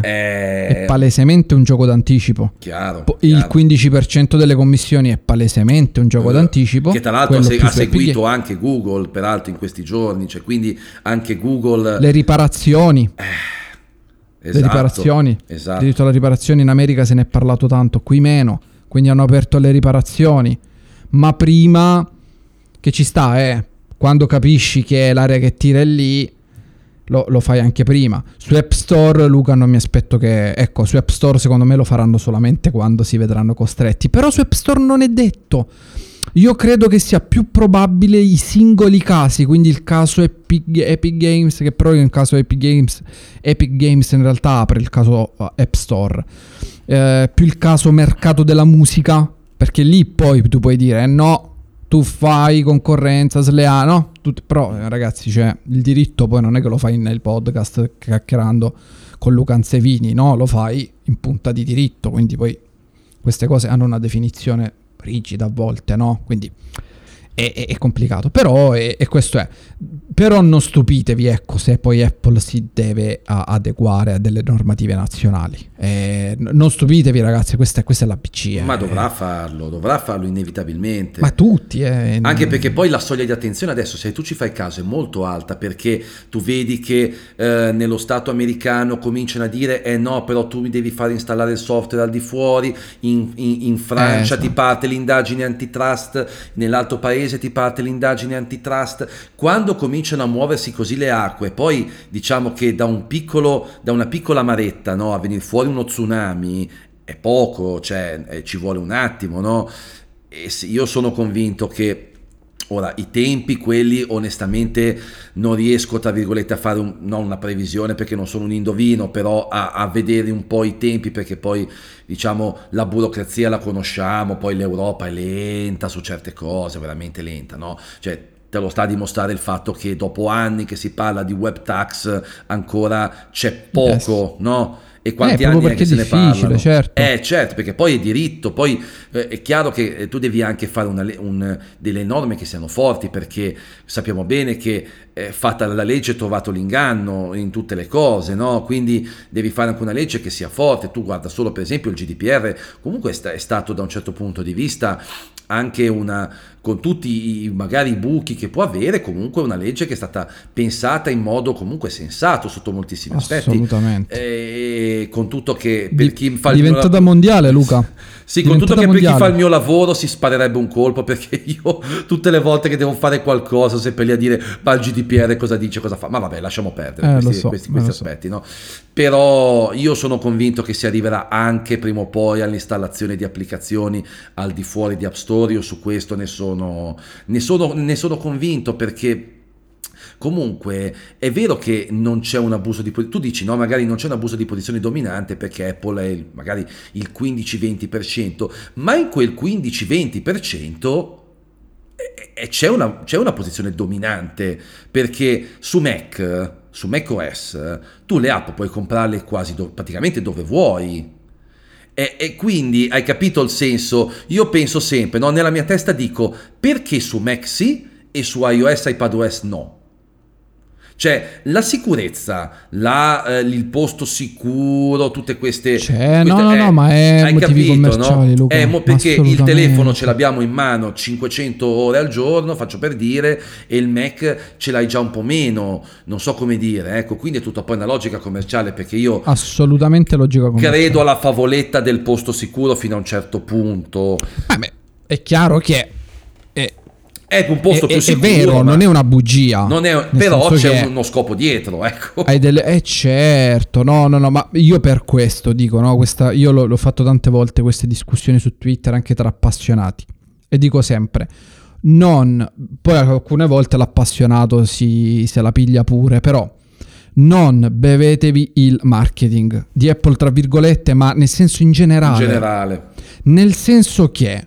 un gioco d'anticipo. Chiaro. Il 15% delle commissioni è palesemente un gioco d'anticipo. Che tra l'altro ha seguito anche Google, peraltro, in questi giorni. Cioè, quindi anche Google... Le riparazioni. Le riparazioni. Esatto. Il diritto alla riparazione in America se ne è parlato tanto, qui meno. Quindi hanno aperto le riparazioni, ma prima che ci sta, quando capisci che l'area che tira è lì, lo fai anche prima. Su App Store, Luca, non mi aspetto che... Ecco, su App Store secondo me lo faranno solamente quando si vedranno costretti. Però su App Store non è detto. Io credo che sia più probabile i singoli casi, quindi il caso Epic Games, che però in caso Epic Games in realtà apre il caso App Store. Più il caso mercato della musica, perché lì poi tu puoi dire no, tu fai concorrenza sleale, no? Però ragazzi, cioè, il diritto poi non è che lo fai nel podcast chiacchierando con Luca Ansevini, no? Lo fai in punta di diritto, quindi poi queste cose hanno una definizione rigida a volte, no? Quindi è complicato, però questo è. Però non stupitevi, ecco, se poi Apple si deve adeguare a delle normative nazionali. Non stupitevi, ragazzi, questa è la BCE. Ma dovrà farlo inevitabilmente. Ma tutti, Anche perché poi la soglia di attenzione adesso, se tu ci fai caso, è molto alta, perché tu vedi che nello Stato americano cominciano a dire no, però tu mi devi far installare il software al di fuori, in Francia ti parte l'indagine antitrust, nell'altro paese ti parte l'indagine antitrust. Quando cominciano a muoversi così le acque, poi diciamo che da una piccola maretta, no, a venire fuori uno tsunami è poco, cioè ci vuole un attimo, no? E io sono convinto che ora i tempi, quelli onestamente non riesco tra virgolette a fare una previsione, perché non sono un indovino, però a vedere un po' i tempi, perché poi diciamo la burocrazia la conosciamo, poi l'Europa è lenta su certe cose, veramente lenta, no? Cioè te lo sta a dimostrare il fatto che dopo anni che si parla di web tax ancora c'è poco, no? E quanti anni è che se ne parlano? Certo. Certo, perché poi è diritto, poi è chiaro che tu devi anche fare delle norme che siano forti, perché sappiamo bene che fatta la legge è trovato l'inganno in tutte le cose, no? Quindi devi fare anche una legge che sia forte. Tu guarda solo per esempio il GDPR, comunque è stato da un certo punto di vista anche con tutti magari i buchi che può avere, comunque una legge che è stata pensata in modo comunque sensato sotto moltissimi aspetti. Assolutamente. Con tutto che per chi fa diventata mondiale, Luca. Sì, con tutto che mondiale. Per chi fa il mio lavoro si sparerebbe un colpo, perché io tutte le volte che devo fare qualcosa sempre lì a dire ma il GDPR cosa dice, cosa fa, ma vabbè, lasciamo perdere questi aspetti, no? Però io sono convinto che si arriverà anche prima o poi all'installazione di applicazioni al di fuori di App Store. Io su questo ne sono convinto, perché comunque è vero che non c'è un abuso di posizione. Tu dici no, magari non c'è un abuso di posizione dominante perché Apple è magari il 15-20%, ma in quel 15-20% c'è una posizione dominante, perché su macOS tu le app puoi comprarle quasi praticamente dove vuoi. E quindi hai capito il senso? Io penso sempre, no? Nella mia testa dico, perché su Mac sì e su iOS, iPadOS no? Cioè la sicurezza, il posto sicuro, tutte queste... No, ma è motivi commerciali, no? Luca. Perché il telefono ce l'abbiamo in mano 500 ore al giorno, faccio per dire, e il Mac ce l'hai già un po' meno, non so come dire, ecco, quindi è tutto poi una logica commerciale, perché io... Assolutamente logica commerciale. Credo alla favoletta del posto sicuro fino a un certo punto. È chiaro che... È un posto più sicuro, è vero, non è una bugia, però c'è uno scopo dietro, ecco. Hai certo, no, ma io per questo dico, no, io l'ho fatto tante volte queste discussioni su Twitter anche tra appassionati, e dico sempre, poi alcune volte l'appassionato se la piglia pure, però non bevetevi il marketing di Apple, tra virgolette, ma nel senso in generale. Nel senso che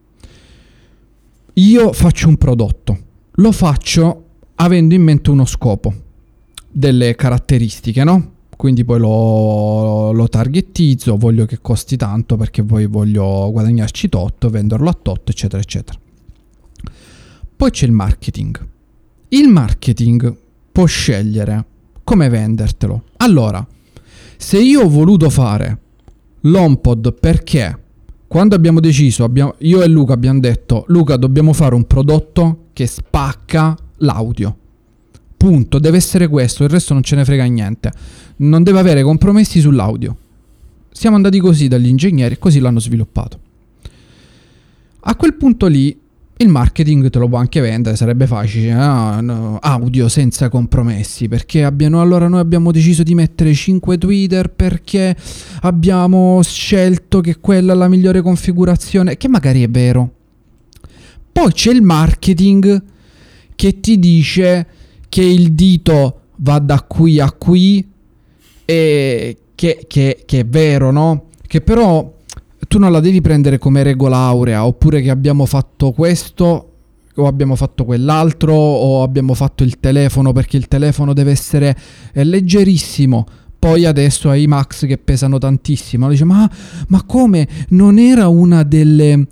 io faccio un prodotto, lo faccio avendo in mente uno scopo, delle caratteristiche, no? Quindi poi lo targetizzo, voglio che costi tanto perché poi voglio guadagnarci tot, venderlo a tot, eccetera, eccetera. Poi c'è il marketing. Il marketing può scegliere come vendertelo. Allora, se io ho voluto fare l'HomePod perché quando abbiamo deciso, io e Luca abbiamo detto: Luca, dobbiamo fare un prodotto che spacca l'audio. Punto, deve essere questo, il resto non ce ne frega niente. Non deve avere compromessi sull'audio. Siamo andati così dagli ingegneri e così l'hanno sviluppato. A quel punto lì il marketing te lo può anche vendere, sarebbe facile, no, audio senza compromessi, perché allora noi abbiamo deciso di mettere 5 tweeter perché abbiamo scelto che quella è la migliore configurazione, che magari è vero. Poi c'è il marketing che ti dice che il dito va da qui a qui e che è vero, no? Che però tu non la devi prendere come regola aurea, oppure che abbiamo fatto questo o abbiamo fatto quell'altro o abbiamo fatto il telefono perché il telefono deve essere leggerissimo. Poi adesso hai i Max che pesano tantissimo. Dice, ma come? Non era una delle...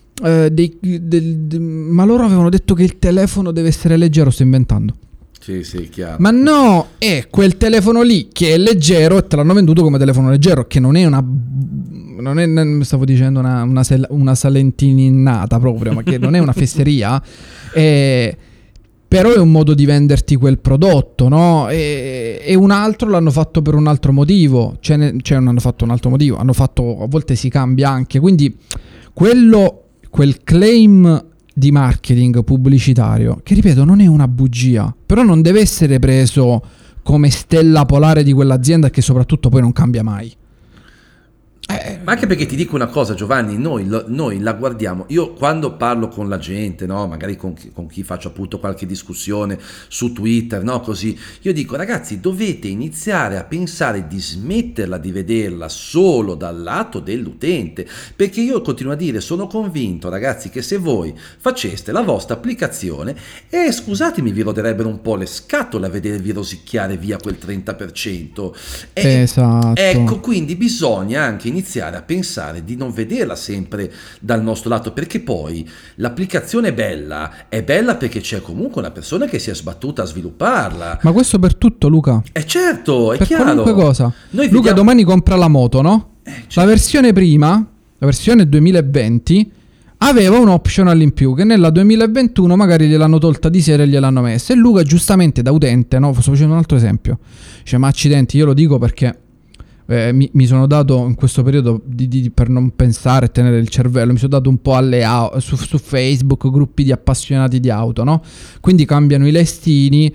ma loro avevano detto che il telefono deve essere leggero, sto inventando. Sì, chiaro. Ma no, è quel telefono lì che è leggero e te l'hanno venduto come telefono leggero, che non è stavo dicendo una salentininata proprio, ma che non è una fesseria, però è un modo di venderti quel prodotto, no? E un altro l'hanno fatto per un altro motivo, cioè non hanno fatto un altro motivo, hanno fatto, a volte si cambia anche, quindi quel claim di marketing pubblicitario, che ripeto non è una bugia, però non deve essere preso come stella polare di quell'azienda, che soprattutto poi non cambia mai. Ma anche perché ti dico una cosa, Giovanni, noi la guardiamo. Io quando parlo con la gente, no, magari con chi faccio appunto qualche discussione su Twitter, no, così, io dico: ragazzi, dovete iniziare a pensare di smetterla di vederla solo dal lato dell'utente, perché io continuo a dire, sono convinto, ragazzi, che se voi faceste la vostra applicazione, e scusatemi, vi roderebbero un po' le scatole a vedervi rosicchiare via quel 30%. Esatto. Ecco, quindi bisogna anche iniziare a pensare di non vederla sempre dal nostro lato, perché poi l'applicazione è bella perché c'è comunque una persona che si è sbattuta a svilupparla. Ma questo per tutto, Luca? Certo, è per chiaro. Qualunque cosa. Luca vediamo... domani compra la moto, no? Certo. La versione prima, la versione 2020, aveva un optional in più che nella 2021 magari gliel'hanno tolta di sera e gliel'hanno messa. E Luca, giustamente da utente, no? Sto facendo un altro esempio. Dice: ma accidenti, io lo dico perché mi sono dato in questo periodo per non pensare e tenere il cervello, mi sono dato un po' alle su Facebook, gruppi di appassionati di auto, no? Quindi cambiano i listini.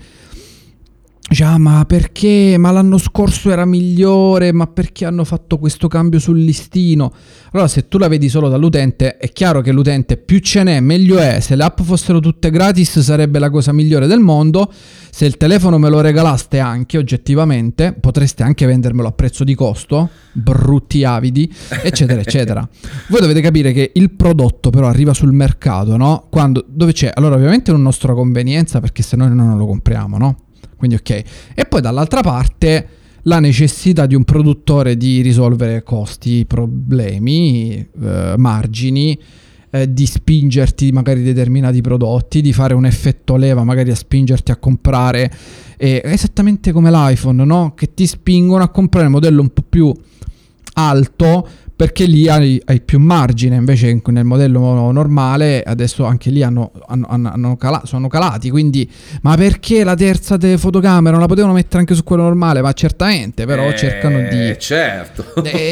Ma perché? Ma l'anno scorso era migliore, ma perché hanno fatto questo cambio sul listino? Allora, se tu la vedi solo dall'utente, è chiaro che l'utente più ce n'è meglio è. Se le app fossero tutte gratis sarebbe la cosa migliore del mondo. Se il telefono me lo regalaste anche, oggettivamente, potreste anche vendermelo a prezzo di costo, brutti avidi, eccetera, eccetera. Voi dovete capire che il prodotto però arriva sul mercato, no? Dove c'è? Allora, ovviamente è una nostra convenienza, perché se no noi non lo compriamo, no? Quindi ok. E poi dall'altra parte la necessità di un produttore di risolvere costi, problemi, margini, di spingerti magari determinati prodotti, di fare un effetto leva magari a spingerti a comprare, esattamente come l'iPhone, no? Che ti spingono a comprare il modello un po' più alto perché lì hai più margine, invece nel modello normale adesso anche lì sono calati, quindi ma perché la terza fotocamera non la potevano mettere anche su quello normale? Ma certamente, però cercano di certo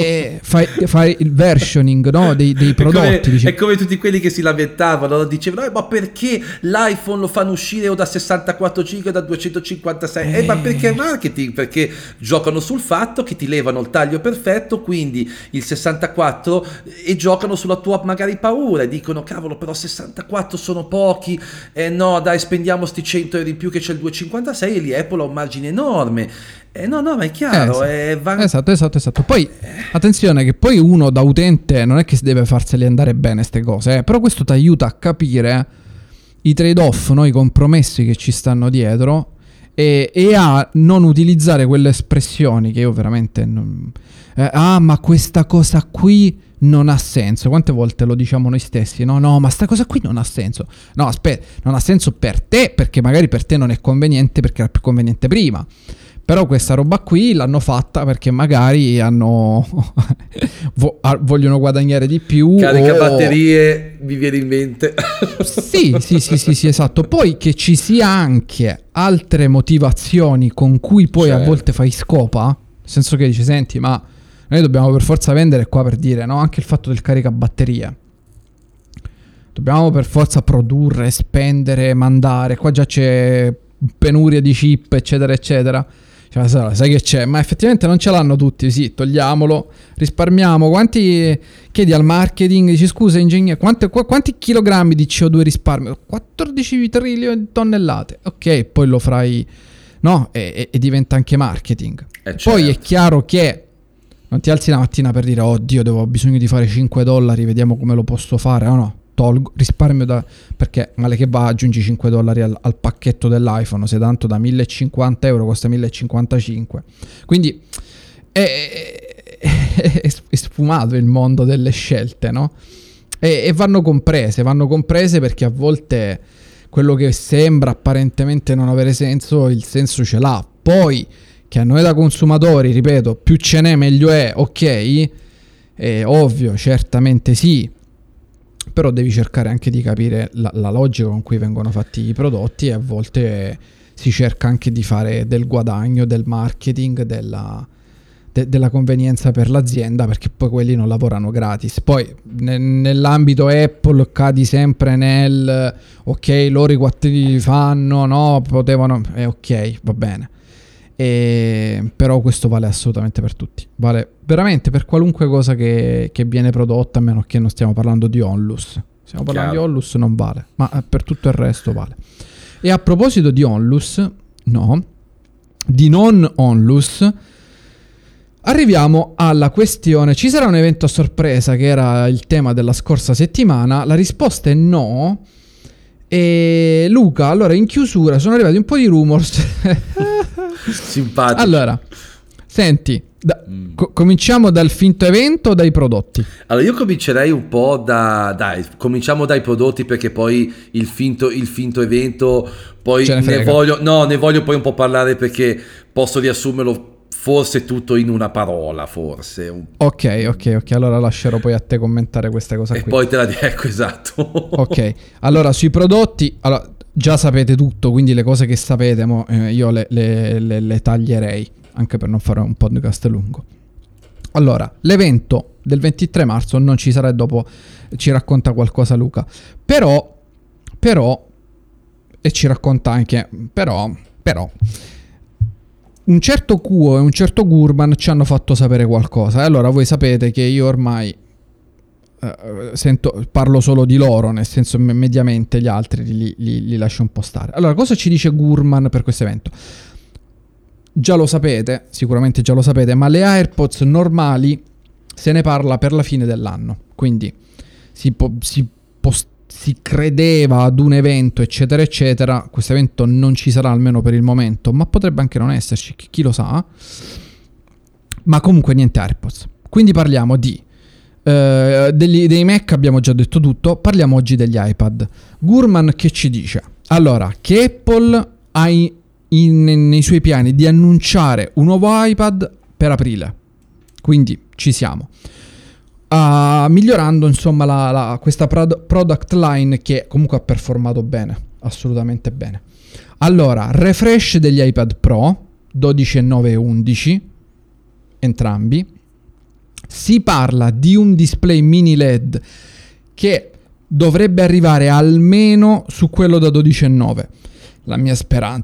fai il versioning, no? dei prodotti. È come tutti quelli che si lamentavano, dicevano ma perché l'iPhone lo fanno uscire o da 64 GB o da 256? Ma perché marketing? Perché giocano sul fatto che ti levano il taglio perfetto, quindi il 64 64 e giocano sulla tua magari paura e dicono cavolo però 64 sono pochi, no dai spendiamo sti 100 euro in più che c'è il 256 e lì Apple ha un margine enorme. No, ma è chiaro. Esatto. Poi, attenzione che poi uno da utente non è che si deve farseli andare bene ste cose, però questo ti aiuta a capire i trade-off, no? I compromessi che ci stanno dietro e a non utilizzare quelle espressioni che io veramente non... ma questa cosa qui non ha senso. Quante volte lo diciamo noi stessi? No, ma sta cosa qui non ha senso. No, aspetta, non ha senso per te, perché magari per te non è conveniente, perché era più conveniente prima. Però questa roba qui l'hanno fatta perché magari hanno vogliono guadagnare di più. Carica batterie, mi viene in mente. Sì, esatto. Poi che ci sia anche altre motivazioni con cui poi a volte fai scopa, nel senso che dici, senti, ma noi dobbiamo per forza vendere qua per dire, no? Anche il fatto del caricabatterie. Dobbiamo per forza produrre, spendere, mandare. Qua già c'è penuria di chip, eccetera, eccetera. Cioè, sai che c'è, ma effettivamente non ce l'hanno tutti. Sì, togliamolo, risparmiamo. Quanti chiedi al marketing? Dici scusa ingegnere, quanti chilogrammi di CO2 risparmio? 14 trilioni di tonnellate. Ok, poi lo farai, no? E diventa anche marketing. Certo. Poi è chiaro che non ti alzi la mattina per dire oddio, ho bisogno di fare $5, vediamo come lo posso fare, o no? Risparmio perché male che va aggiungi $5 al pacchetto dell'iPhone, se tanto da 1.050 euro costa 1.055, quindi è sfumato il mondo delle scelte, no? E vanno comprese perché a volte quello che sembra apparentemente non avere senso, il senso ce l'ha. Poi che a noi da consumatori, ripeto, più ce n'è meglio è, ok, è ovvio, certamente sì. Però devi cercare anche di capire la logica con cui vengono fatti i prodotti e a volte si cerca anche di fare del guadagno, del marketing, della convenienza per l'azienda, perché poi quelli non lavorano gratis. Poi nell'ambito Apple cadi sempre nel ok, loro i quattrini fanno, no, potevano, ok, va bene. Però questo vale assolutamente per tutti, vale veramente per qualunque cosa che viene prodotta, a meno che non stiamo parlando di Onlus. Stiamo parlando di Onlus, non vale, ma per tutto il resto vale. E a proposito di Onlus, di non Onlus, arriviamo alla questione: ci sarà un evento a sorpresa, che era il tema della scorsa settimana? La risposta è no. E Luca, allora in chiusura sono arrivati un po' di rumors. Simpatico. Allora, senti, cominciamo dal finto evento o dai prodotti? Allora io comincerei un po' cominciamo dai prodotti, perché poi il finto evento poi ne voglio poi un po' parlare, perché posso riassumerlo forse tutto in una parola, forse. Ok, allora lascerò poi a te commentare questa cosa qui. E poi te la dico, esatto. Ok, allora sui prodotti, allora, già sapete tutto, quindi le cose che sapete io le taglierei, anche per non fare un podcast lungo. Allora, l'evento del 23 marzo non ci sarà, dopo ci racconta qualcosa Luca, però e ci racconta anche, però un certo Kuo e un certo Gurman ci hanno fatto sapere qualcosa. E allora voi sapete che io ormai parlo solo di loro, nel senso mediamente gli altri li lascio un po' stare. Allora, cosa ci dice Gurman per questo evento? Già lo sapete, sicuramente già lo sapete, ma le AirPods normali se ne parla per la fine dell'anno. Quindi si credeva ad un evento, eccetera eccetera. Questo evento non ci sarà, almeno per il momento, ma potrebbe anche non esserci, chi lo sa. Ma comunque niente AirPods. Quindi parliamo dei Mac, abbiamo già detto tutto. Parliamo oggi degli iPad. Gurman che ci dice? Allora, che Apple ha nei suoi piani di annunciare un nuovo iPad per aprile. Quindi ci siamo. Migliorando insomma questa product line, che comunque ha performato bene, assolutamente bene. Allora, refresh degli iPad Pro 12, 9 e 11, entrambi. Si parla di un display mini LED che dovrebbe arrivare almeno su quello da 12 e 9. La mia speranza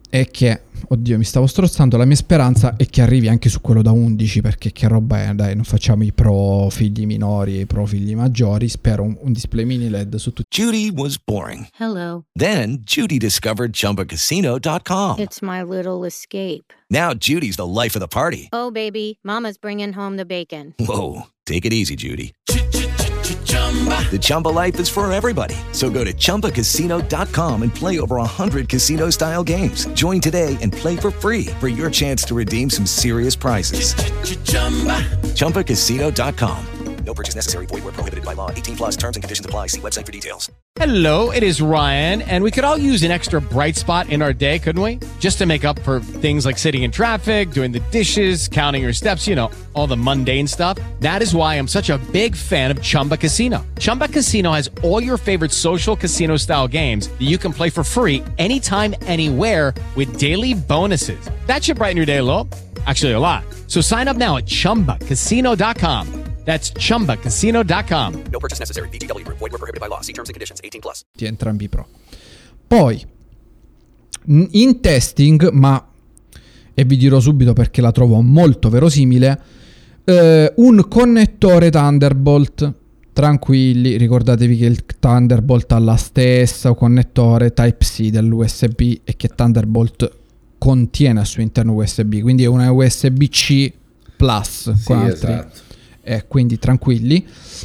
è che, oddio, mi stavo strozzando, la mia speranza è che arrivi anche su quello da 11, perché che roba è, dai, non facciamo i pro figli minori e i pro figli maggiori. Spero un display mini LED su tutti. Judy was boring. Hello. Then Judy discovered ChumbaCasino.com. It's my little escape. Now Judy's the life of the party. Oh, baby, mama's bringing home the bacon. Whoa, take it easy, Judy. The Chumba life is for everybody. So go to ChumbaCasino.com and play over 100 casino-style games. Join today and play for free for your chance to redeem some serious prizes. ChumbaCasino.com. No purchase necessary. Void where prohibited by law. 18 plus terms and conditions apply. See website for details. Hello, it is Ryan, and we could all use an extra bright spot in our day, couldn't we? Just to make up for things like sitting in traffic, doing the dishes, counting your steps, you know, all the mundane stuff. That is why I'm such a big fan of Chumba Casino. Chumba Casino has all your favorite social casino-style games that you can play for free anytime, anywhere with daily bonuses. That should brighten your day a little. Actually, a lot. So sign up now at ChumbaCasino.com. That's ChumbaCasino.com. No purchase necessary. VGW Group. Void where prohibited by law. See terms and conditions. 18 plus. Entrambi pro. Poi, in testing, ma, e vi dirò subito perché la trovo molto verosimile, un connettore Thunderbolt. Tranquilli, ricordatevi che il Thunderbolt ha la stessa connettore Type-C dell'USB e che Thunderbolt contiene al suo interno USB, quindi è una USB-C Plus. Sì, esatto. Quindi tranquilli.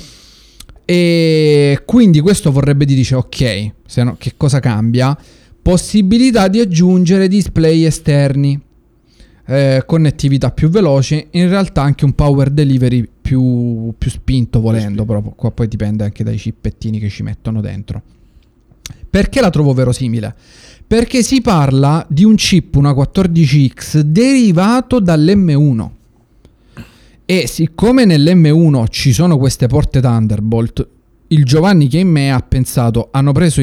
E quindi questo vorrebbe dire, ok, se no, che cosa cambia? Possibilità di aggiungere display esterni, connettività più veloce, in realtà anche un power delivery più spinto volendo, però qua poi dipende anche dai chippettini che ci mettono dentro. Perché la trovo verosimile? Perché si parla di un chip, una 14X, derivato dall'M1. E siccome nell'M1 ci sono queste porte Thunderbolt, il Giovanni che in me ha pensato, hanno preso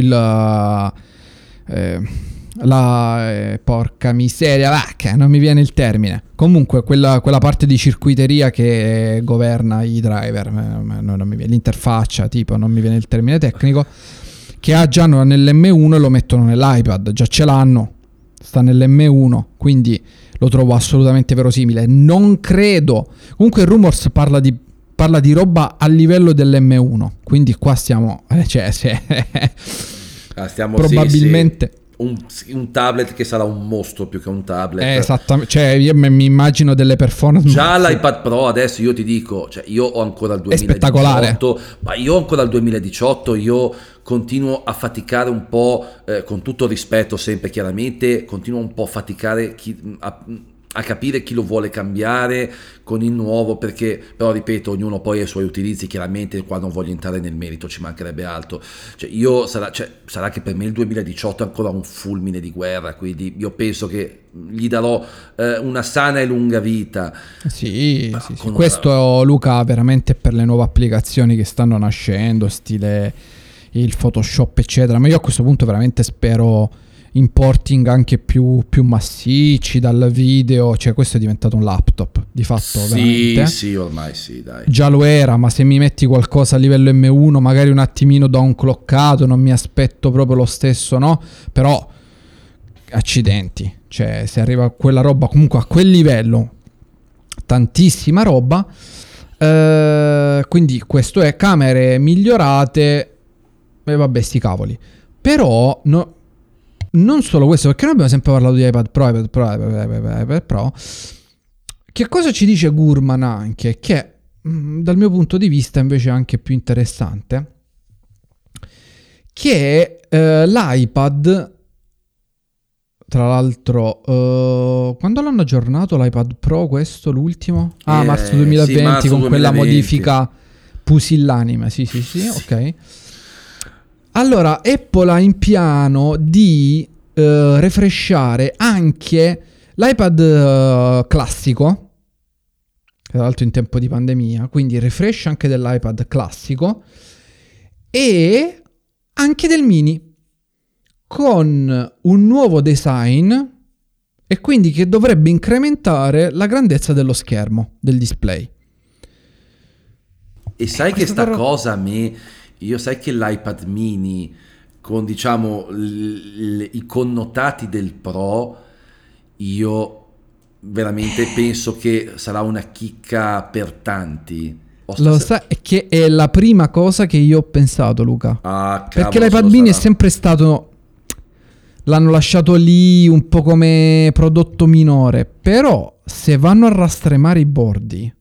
porca miseria, vacca, non mi viene il termine. Comunque quella parte di circuiteria che governa i driver, non mi viene, l'interfaccia, tipo, non mi viene il termine tecnico, che ha già nell'M1 e lo mettono nell'iPad, già ce l'hanno, sta nell'M1, quindi lo trovo assolutamente verosimile. Non credo, comunque il Rumors parla di roba a livello dell'M1, quindi qua stiamo stiamo probabilmente un tablet che sarà un mostro più che un tablet. Esattamente, cioè io mi immagino delle performance. Già l'iPad Pro adesso, io ti dico, cioè io ho ancora il 2018, è spettacolare. Ma io ho ancora il 2018, io continuo a faticare un po', con tutto rispetto sempre chiaramente, continuo un po' a faticare a capire chi lo vuole cambiare con il nuovo, perché però ripeto, ognuno poi ha i suoi utilizzi, chiaramente qua non voglio entrare nel merito, ci mancherebbe altro, sarà che per me il 2018 è ancora un fulmine di guerra, quindi io penso che gli darò una sana e lunga vita. Sì. Questo Luca veramente per le nuove applicazioni che stanno nascendo, stile il Photoshop eccetera, ma io a questo punto veramente spero in porting anche più massicci dal video, cioè questo è diventato un laptop di fatto. Sì, ormai sì, dai. Già lo era, ma se mi metti qualcosa a livello M1 magari un attimino downclockato, non mi aspetto proprio lo stesso, no? Però accidenti, cioè se arriva quella roba comunque a quel livello, tantissima roba. Quindi questo è camere migliorate e vabbè sti cavoli. Però non solo questo, perché noi abbiamo sempre parlato di iPad Pro. Che cosa ci dice Gurman anche? Che dal mio punto di vista invece è anche più interessante, che l'iPad, tra l'altro, quando l'hanno aggiornato l'iPad Pro, questo l'ultimo? Marzo 2020, sì, marzo con 2020. Quella modifica pusillanime, sì, ok. Allora, Apple ha in piano di refreshare anche l'iPad classico, tra l'altro in tempo di pandemia, quindi refresh anche dell'iPad classico e anche del mini, con un nuovo design, e quindi che dovrebbe incrementare la grandezza dello schermo, del display. E sai che sta cosa a me... Io sai che l'iPad mini con diciamo i connotati del Pro io veramente penso che sarà una chicca per tanti. Lo sai che è la prima cosa che io ho pensato, Luca. Perché l'iPad mini è sempre stato... L'hanno lasciato lì un po' come prodotto minore. Però se vanno a rastremare i bordi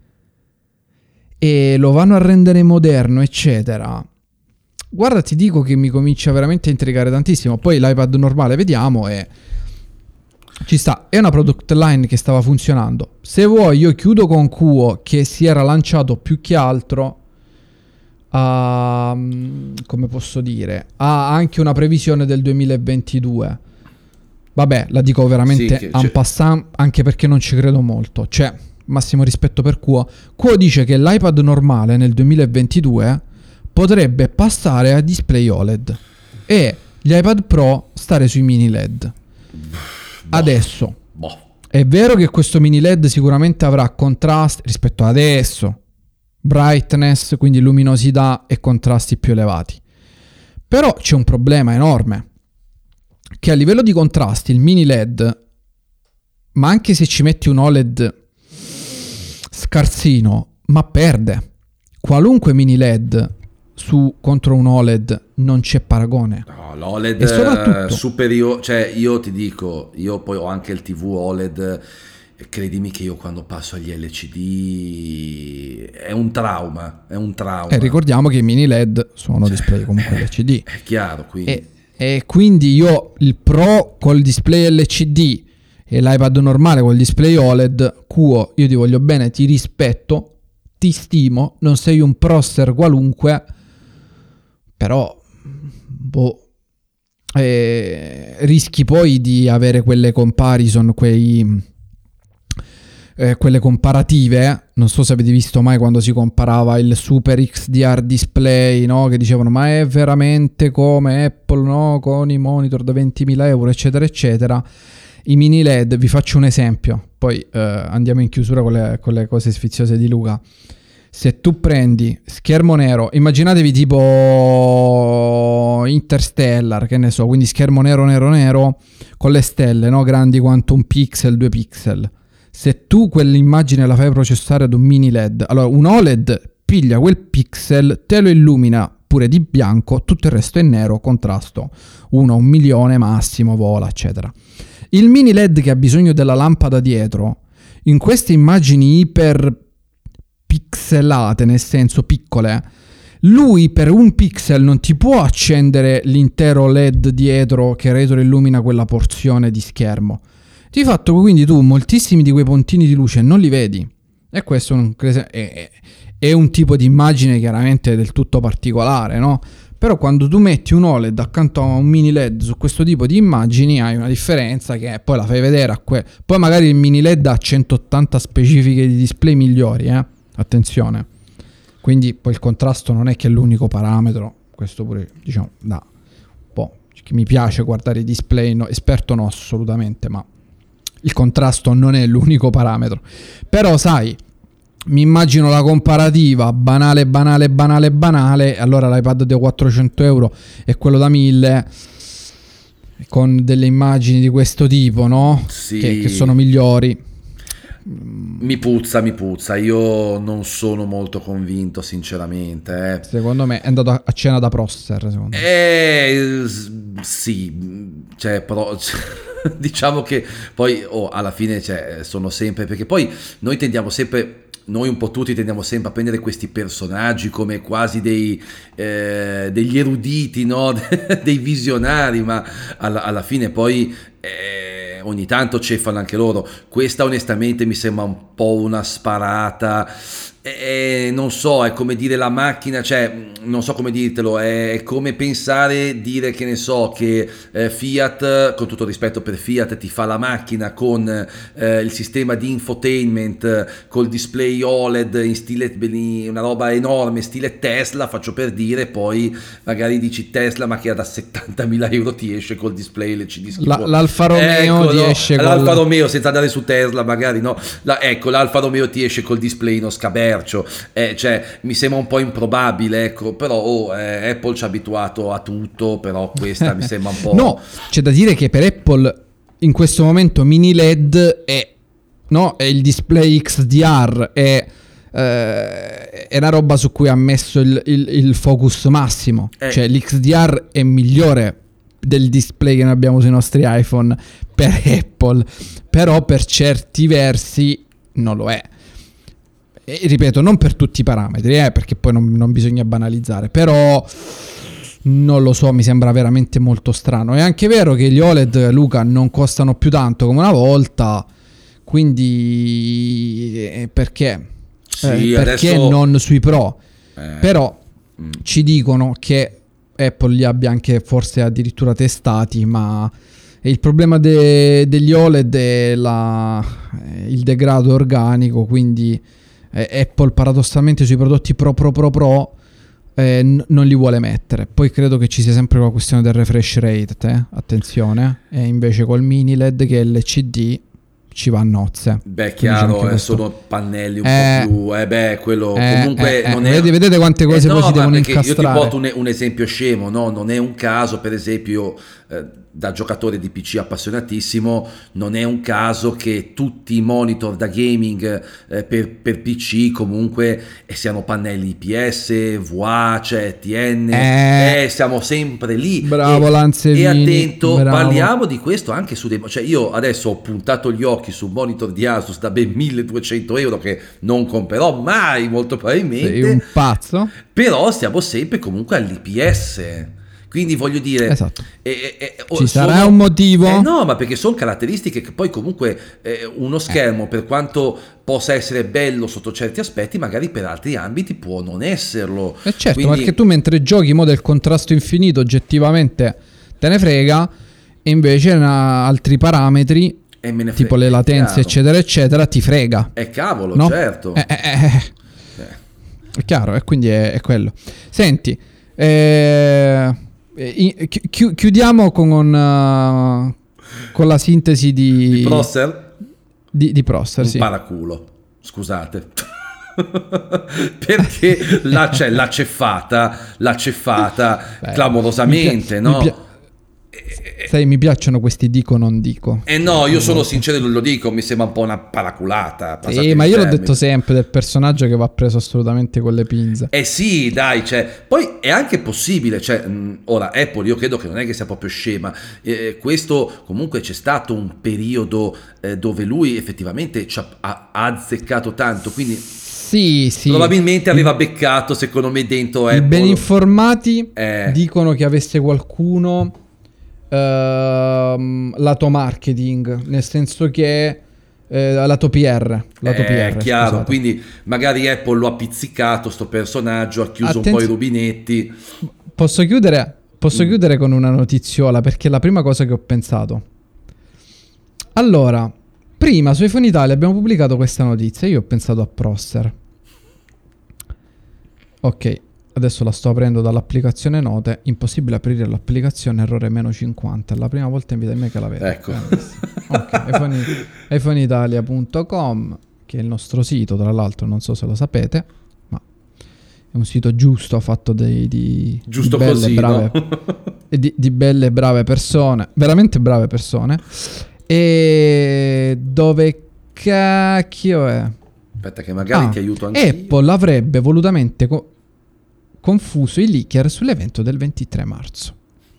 e lo vanno a rendere moderno, eccetera, guarda, ti dico che mi comincia veramente a intrigare tantissimo. Poi l'iPad normale, vediamo, e ci sta. È una product line che stava funzionando. Se vuoi io chiudo con Kuo, che si era lanciato più che altro a, come posso dire, ha anche una previsione del 2022. Vabbè, la dico veramente en passant, anche perché non ci credo molto. Cioè, massimo rispetto per Kuo. Kuo dice che l'iPad normale nel 2022 potrebbe passare a display OLED e gli iPad Pro stare sui mini LED. Adesso è vero che questo mini LED sicuramente avrà contrasti rispetto ad adesso, brightness, quindi luminosità e contrasti più elevati. Però c'è un problema enorme, che a livello di contrasti il mini LED, ma anche se ci metti un OLED scarsino, ma perde. Qualunque mini LED contro un OLED non c'è paragone. No, l'OLED superiore, cioè io ti dico, io poi ho anche il TV OLED, e credimi che io quando passo agli LCD è un trauma. E ricordiamo che i mini LED sono display comunque LCD. È chiaro, quindi. E quindi io il Pro col display LCD e l'iPad normale col display OLED, Kuo, io ti voglio bene, ti rispetto, ti stimo, non sei un proster qualunque, però rischi poi di avere quelle comparison, quelle comparative. Non so se avete visto mai quando si comparava il Super XDR display, no? Che dicevano ma è veramente come Apple, no? Con i monitor da 20.000 euro, eccetera eccetera. I mini LED, vi faccio un esempio, poi andiamo in chiusura con le cose sfiziose di Luca. Se tu prendi schermo nero, immaginatevi tipo Interstellar, che ne so, quindi schermo nero con le stelle, no? Grandi quanto un pixel, 2 pixel. Se tu quell'immagine la fai processare ad un mini LED, allora un OLED piglia quel pixel, te lo illumina pure di bianco, tutto il resto è nero, contrasto 1 a 1 milione massimo, vola, eccetera. Il mini LED che ha bisogno della lampada dietro, in queste immagini iper pixelate, nel senso piccole, lui per un pixel non ti può accendere l'intero LED dietro che retroillumina quella porzione di schermo. Di fatto quindi tu moltissimi di quei puntini di luce non li vedi, e questo è un tipo di immagine chiaramente del tutto particolare, no? Però quando tu metti un OLED accanto a un mini LED su questo tipo di immagini hai una differenza che poi la fai vedere poi magari il mini LED ha 180 specifiche di display migliori, attenzione. Quindi poi il contrasto non è che è l'unico parametro, questo pure diciamo da un po', che mi piace guardare i display, no, esperto no assolutamente, ma il contrasto non è l'unico parametro. Però sai, mi immagino la comparativa banale, allora l'iPad da 400 euro e quello da 1000 con delle immagini di questo tipo, no? Sì. Che sono migliori. Mi puzza, io non sono molto convinto sinceramente. Secondo me è andato a cena da Prosser, secondo me. Sì, cioè però diciamo che poi alla fine sono sempre, perché poi noi un po' tutti tendiamo sempre a prendere questi personaggi come quasi degli eruditi, no? Dei visionari, ma alla fine poi ogni tanto ceffano anche loro. Questa onestamente mi sembra un po' una sparata. Non so, è come dire la macchina, cioè non so come dirtelo, è come pensare, dire che ne so, che Fiat, con tutto rispetto per Fiat, ti fa la macchina con il sistema di infotainment col display OLED in stile, una roba enorme stile Tesla, faccio per dire, poi magari dici Tesla ma che da 70.000 euro ti esce col display LCD schifo. L'Alfa Romeo ti esce l'Alfa Romeo, senza andare su Tesla magari, no? L'Alfa Romeo ti esce col display no scabercio, cioè mi sembra un po' improbabile, ecco, però Apple ci ha abituato a tutto, però questa mi sembra un po'... No, c'è da dire che per Apple in questo momento mini LED è il display XDR, è una roba su cui ha messo il focus massimo. Cioè l'XDR è migliore del display che noi abbiamo sui nostri iPhone per Apple, però per certi versi non lo è. E ripeto, non per tutti i parametri, perché poi non bisogna banalizzare, però non lo so, mi sembra veramente molto strano. È anche vero che gli OLED, Luca, non costano più tanto come una volta, quindi perché? Sì, perché adesso... non sui Pro? Però ci dicono che Apple li abbia anche forse addirittura testati, ma il problema degli OLED è il degrado organico, quindi Apple paradossalmente sui prodotti Pro non li vuole mettere. Poi credo che ci sia sempre la questione del refresh rate, attenzione, e invece col mini LED che è LCD ci va a nozze. Beh, chiaro, sono pannelli un po' più quello comunque non è... vedete quante cose poi si devono incastrare. Io ti porto un esempio scemo, no? Non è un caso, per esempio, da giocatore di PC appassionatissimo, non è un caso che tutti i monitor da gaming per PC comunque siano pannelli IPS, VA, cioè TN, siamo sempre lì. Bravo Lanzevini. E attento, bravo. Parliamo di questo anche su dei... Cioè io adesso ho puntato gli occhi su un monitor di Asus da ben 1.200 euro che non comprerò mai, molto probabilmente. Sei un pazzo. Però stiamo sempre comunque all'IPS. Quindi voglio dire, esatto. Ci sarà un motivo? No, ma perché sono caratteristiche che poi comunque uno schermo, per quanto possa essere bello sotto certi aspetti, magari per altri ambiti può non esserlo. Certo, quindi... perché tu mentre giochi del contrasto infinito oggettivamente te ne frega, e invece altri parametri, tipo le latenze eccetera eccetera, ti frega. Cavolo, no? Certo. È chiaro, e quindi è quello. Senti, chiudiamo con la sintesi di Prosser? Di Prosser, un sì. paraculo, scusate. Perché la ceffata clamorosamente, no? Sai, mi piacciono questi dico non dico. No, io sono sincero e non lo dico, mi sembra un po' una paraculata. Sì, ma io l'ho detto sempre, del personaggio che va preso assolutamente con le pinze. Sì, dai, cioè, poi è anche possibile, cioè, ora Apple io credo che non è che sia proprio scema, questo comunque c'è stato un periodo dove lui effettivamente ha azzeccato tanto, quindi sì. Probabilmente aveva beccato, secondo me, dentro Apple. I ben informati dicono che avesse qualcuno lato marketing, nel senso che lato PR, chiaro, scusate. Quindi magari Apple lo ha pizzicato sto personaggio, ha chiuso un po' i rubinetti. Posso chiudere con una notiziola, perché è la prima cosa che ho pensato. Allora, prima su iPhone Italia abbiamo pubblicato questa notizia, io ho pensato a Prosser. Ok, adesso la sto aprendo dall'applicazione note, impossibile aprire l'applicazione, errore -50, è la prima volta in vita mia che la vedo. Ecco. Ok, iPhoneitalia.com, che è il nostro sito, tra l'altro, non so se lo sapete, ma è un sito giusto, fatto di giusto belle, così, brave, no? e di belle e brave persone, veramente brave persone, e dove cacchio è? Aspetta che magari ti aiuto anche Apple avrebbe volutamente confuso i leaker sull'evento del 23 marzo.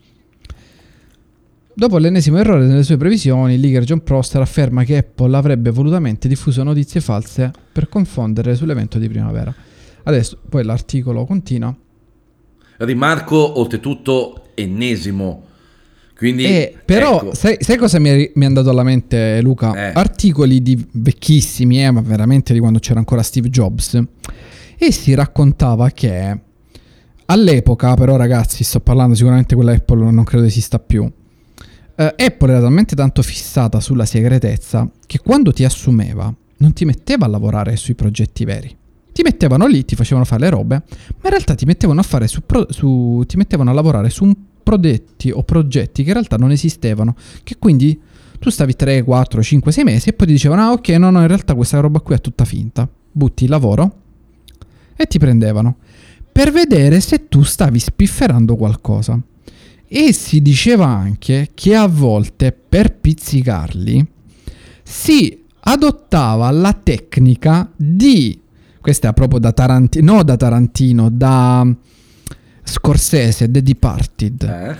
Dopo l'ennesimo errore nelle sue previsioni, il leaker John Prosser afferma che Apple avrebbe volutamente diffuso notizie false per confondere sull'evento di primavera. Adesso poi l'articolo continua. Rimarco oltretutto ennesimo. Quindi, però ecco. sai cosa mi è andato alla mente, Luca? Articoli vecchissimi, ma veramente di quando c'era ancora Steve Jobs, e si raccontava che all'epoca, però ragazzi, sto parlando sicuramente quella Apple non credo esista più, Apple era talmente tanto fissata sulla segretezza che quando ti assumeva non ti metteva a lavorare sui progetti veri. Ti mettevano lì, ti facevano fare le robe, ma in realtà ti mettevano a fare ti mettevano a lavorare su prodotti o progetti che in realtà non esistevano, che quindi tu stavi 3, 4, 5, 6 mesi e poi ti dicevano ok, no, in realtà questa roba qui è tutta finta, butti il lavoro e ti prendevano per vedere se tu stavi spifferando qualcosa. E si diceva anche che a volte per pizzicarli si adottava la tecnica di, questa è proprio da Tarantino, da Scorsese, The Departed,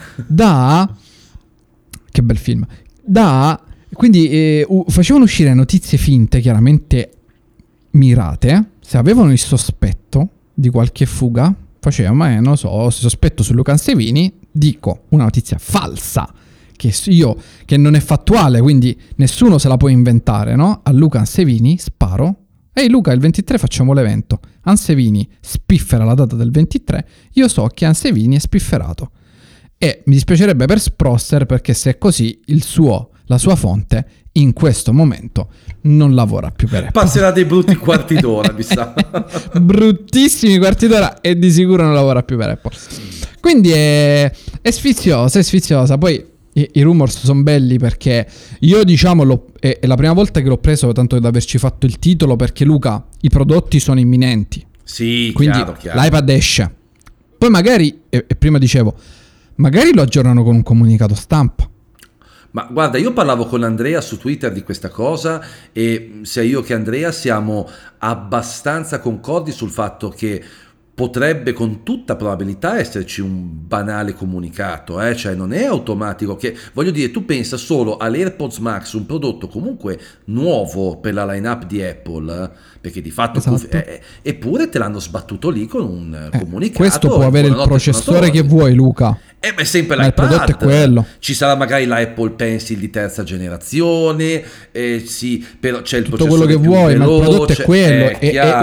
che bel film, quindi facevano uscire notizie finte, chiaramente mirate, se avevano il sospetto di qualche fuga, facevano, non lo so, se sospetto su Luca Ansevini, dico una notizia falsa, che non è fattuale, quindi nessuno se la può inventare, no? A Luca Ansevini sparo, ehi Luca, il 23 facciamo l'evento, Ansevini spiffera la data del 23, io so che Ansevini è spifferato, e mi dispiacerebbe per Sprosser, perché se è così la sua fonte in questo momento non lavora più per Apple. Passerà dei brutti quarti d'ora, mi sa. Bruttissimi quarti d'ora, e di sicuro non lavora più per Apple. Quindi è sfiziosa. Poi i rumors sono belli, perché io, diciamo, è la prima volta che l'ho preso, tanto da averci fatto il titolo, perché Luca, i prodotti sono imminenti. Sì, quindi chiaro. l'iPad esce. Poi magari, e prima dicevo, magari lo aggiornano con un comunicato stampa. Ma guarda, io parlavo con Andrea su Twitter di questa cosa, e sia io che Andrea siamo abbastanza concordi sul fatto che potrebbe con tutta probabilità esserci un banale comunicato, cioè non è automatico che, voglio dire, tu pensa solo all'AirPods Max, un prodotto comunque nuovo per la line-up di Apple, perché di fatto eppure te l'hanno sbattuto lì con un comunicato. Questo può avere il processore che vuoi, Luca. Ma sempre l'iPad, il prodotto è quello. Ci sarà magari l'Apple Pencil di terza generazione, sì, però c'è il tutto processore quello che più vuoi, veloce, ma il prodotto è quello,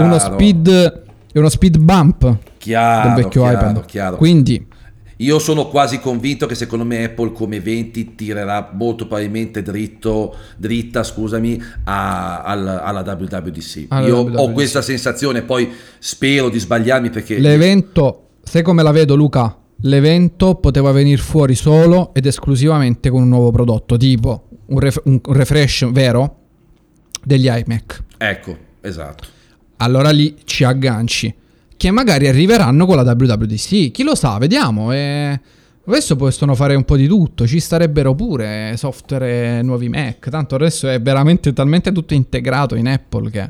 è uno speed bump del vecchio iPad. Chiaro. Quindi io sono quasi convinto che secondo me Apple come eventi tirerà molto probabilmente dritta alla WWDC. Ho questa sensazione, poi spero di sbagliarmi, perché l'evento, sai come la vedo, Luca? L'evento poteva venire fuori solo ed esclusivamente con un nuovo prodotto, tipo un refresh vero degli iMac. Ecco, esatto. Allora lì ci agganci, che magari arriveranno con la WWDC, chi lo sa, vediamo. Adesso possono fare un po' di tutto, ci starebbero pure software nuovi Mac, tanto adesso è veramente talmente tutto integrato in Apple che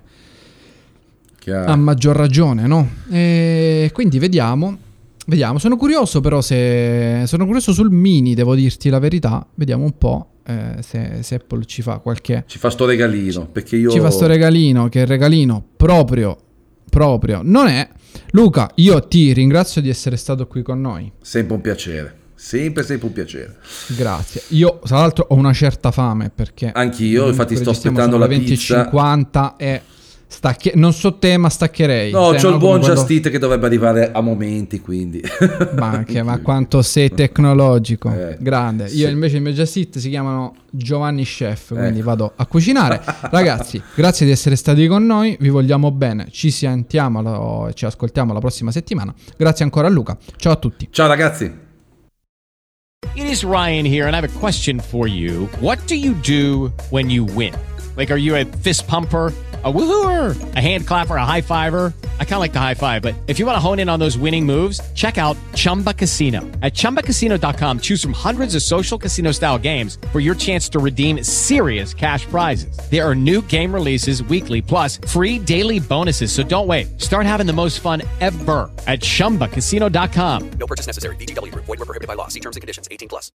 a maggior ragione, no? E quindi vediamo, sono curioso però sono curioso sul mini, devo dirti la verità, vediamo un po'. Se Apple ci fa sto regalino, perché io ci fa sto regalino, che il regalino proprio non è. Luca, io ti ringrazio di essere stato qui con noi, sempre un piacere, sempre un piacere. Grazie. Io tra l'altro ho una certa fame, perché anch'io infatti sto aspettando la pizza 20:50 e non so te, ma staccherei. No, c'ho il buon Just Eat che dovrebbe arrivare a momenti, quindi ma quanto sei tecnologico, grande. Io sì. Invece il mio Just Eat si chiamano Giovanni Chef, quindi vado a cucinare. Ragazzi, grazie di essere stati con noi, vi vogliamo bene, ci sentiamo e ci ascoltiamo la prossima settimana. Grazie ancora a Luca, ciao a tutti. Ciao ragazzi. It is Ryan here, and I have a question for you. What do you do when you win? Like, are you a fist pumper, a woohooer, a hand clapper, a high fiver? I kind of like the high five, but if you want to hone in on those winning moves, check out Chumba Casino. At ChumbaCasino.com, choose from hundreds of social casino style games for your chance to redeem serious cash prizes. There are new game releases weekly, plus free daily bonuses. So don't wait. Start having the most fun ever at ChumbaCasino.com. No purchase necessary. VGW Group. Void where prohibited by law. See terms and conditions. 18+.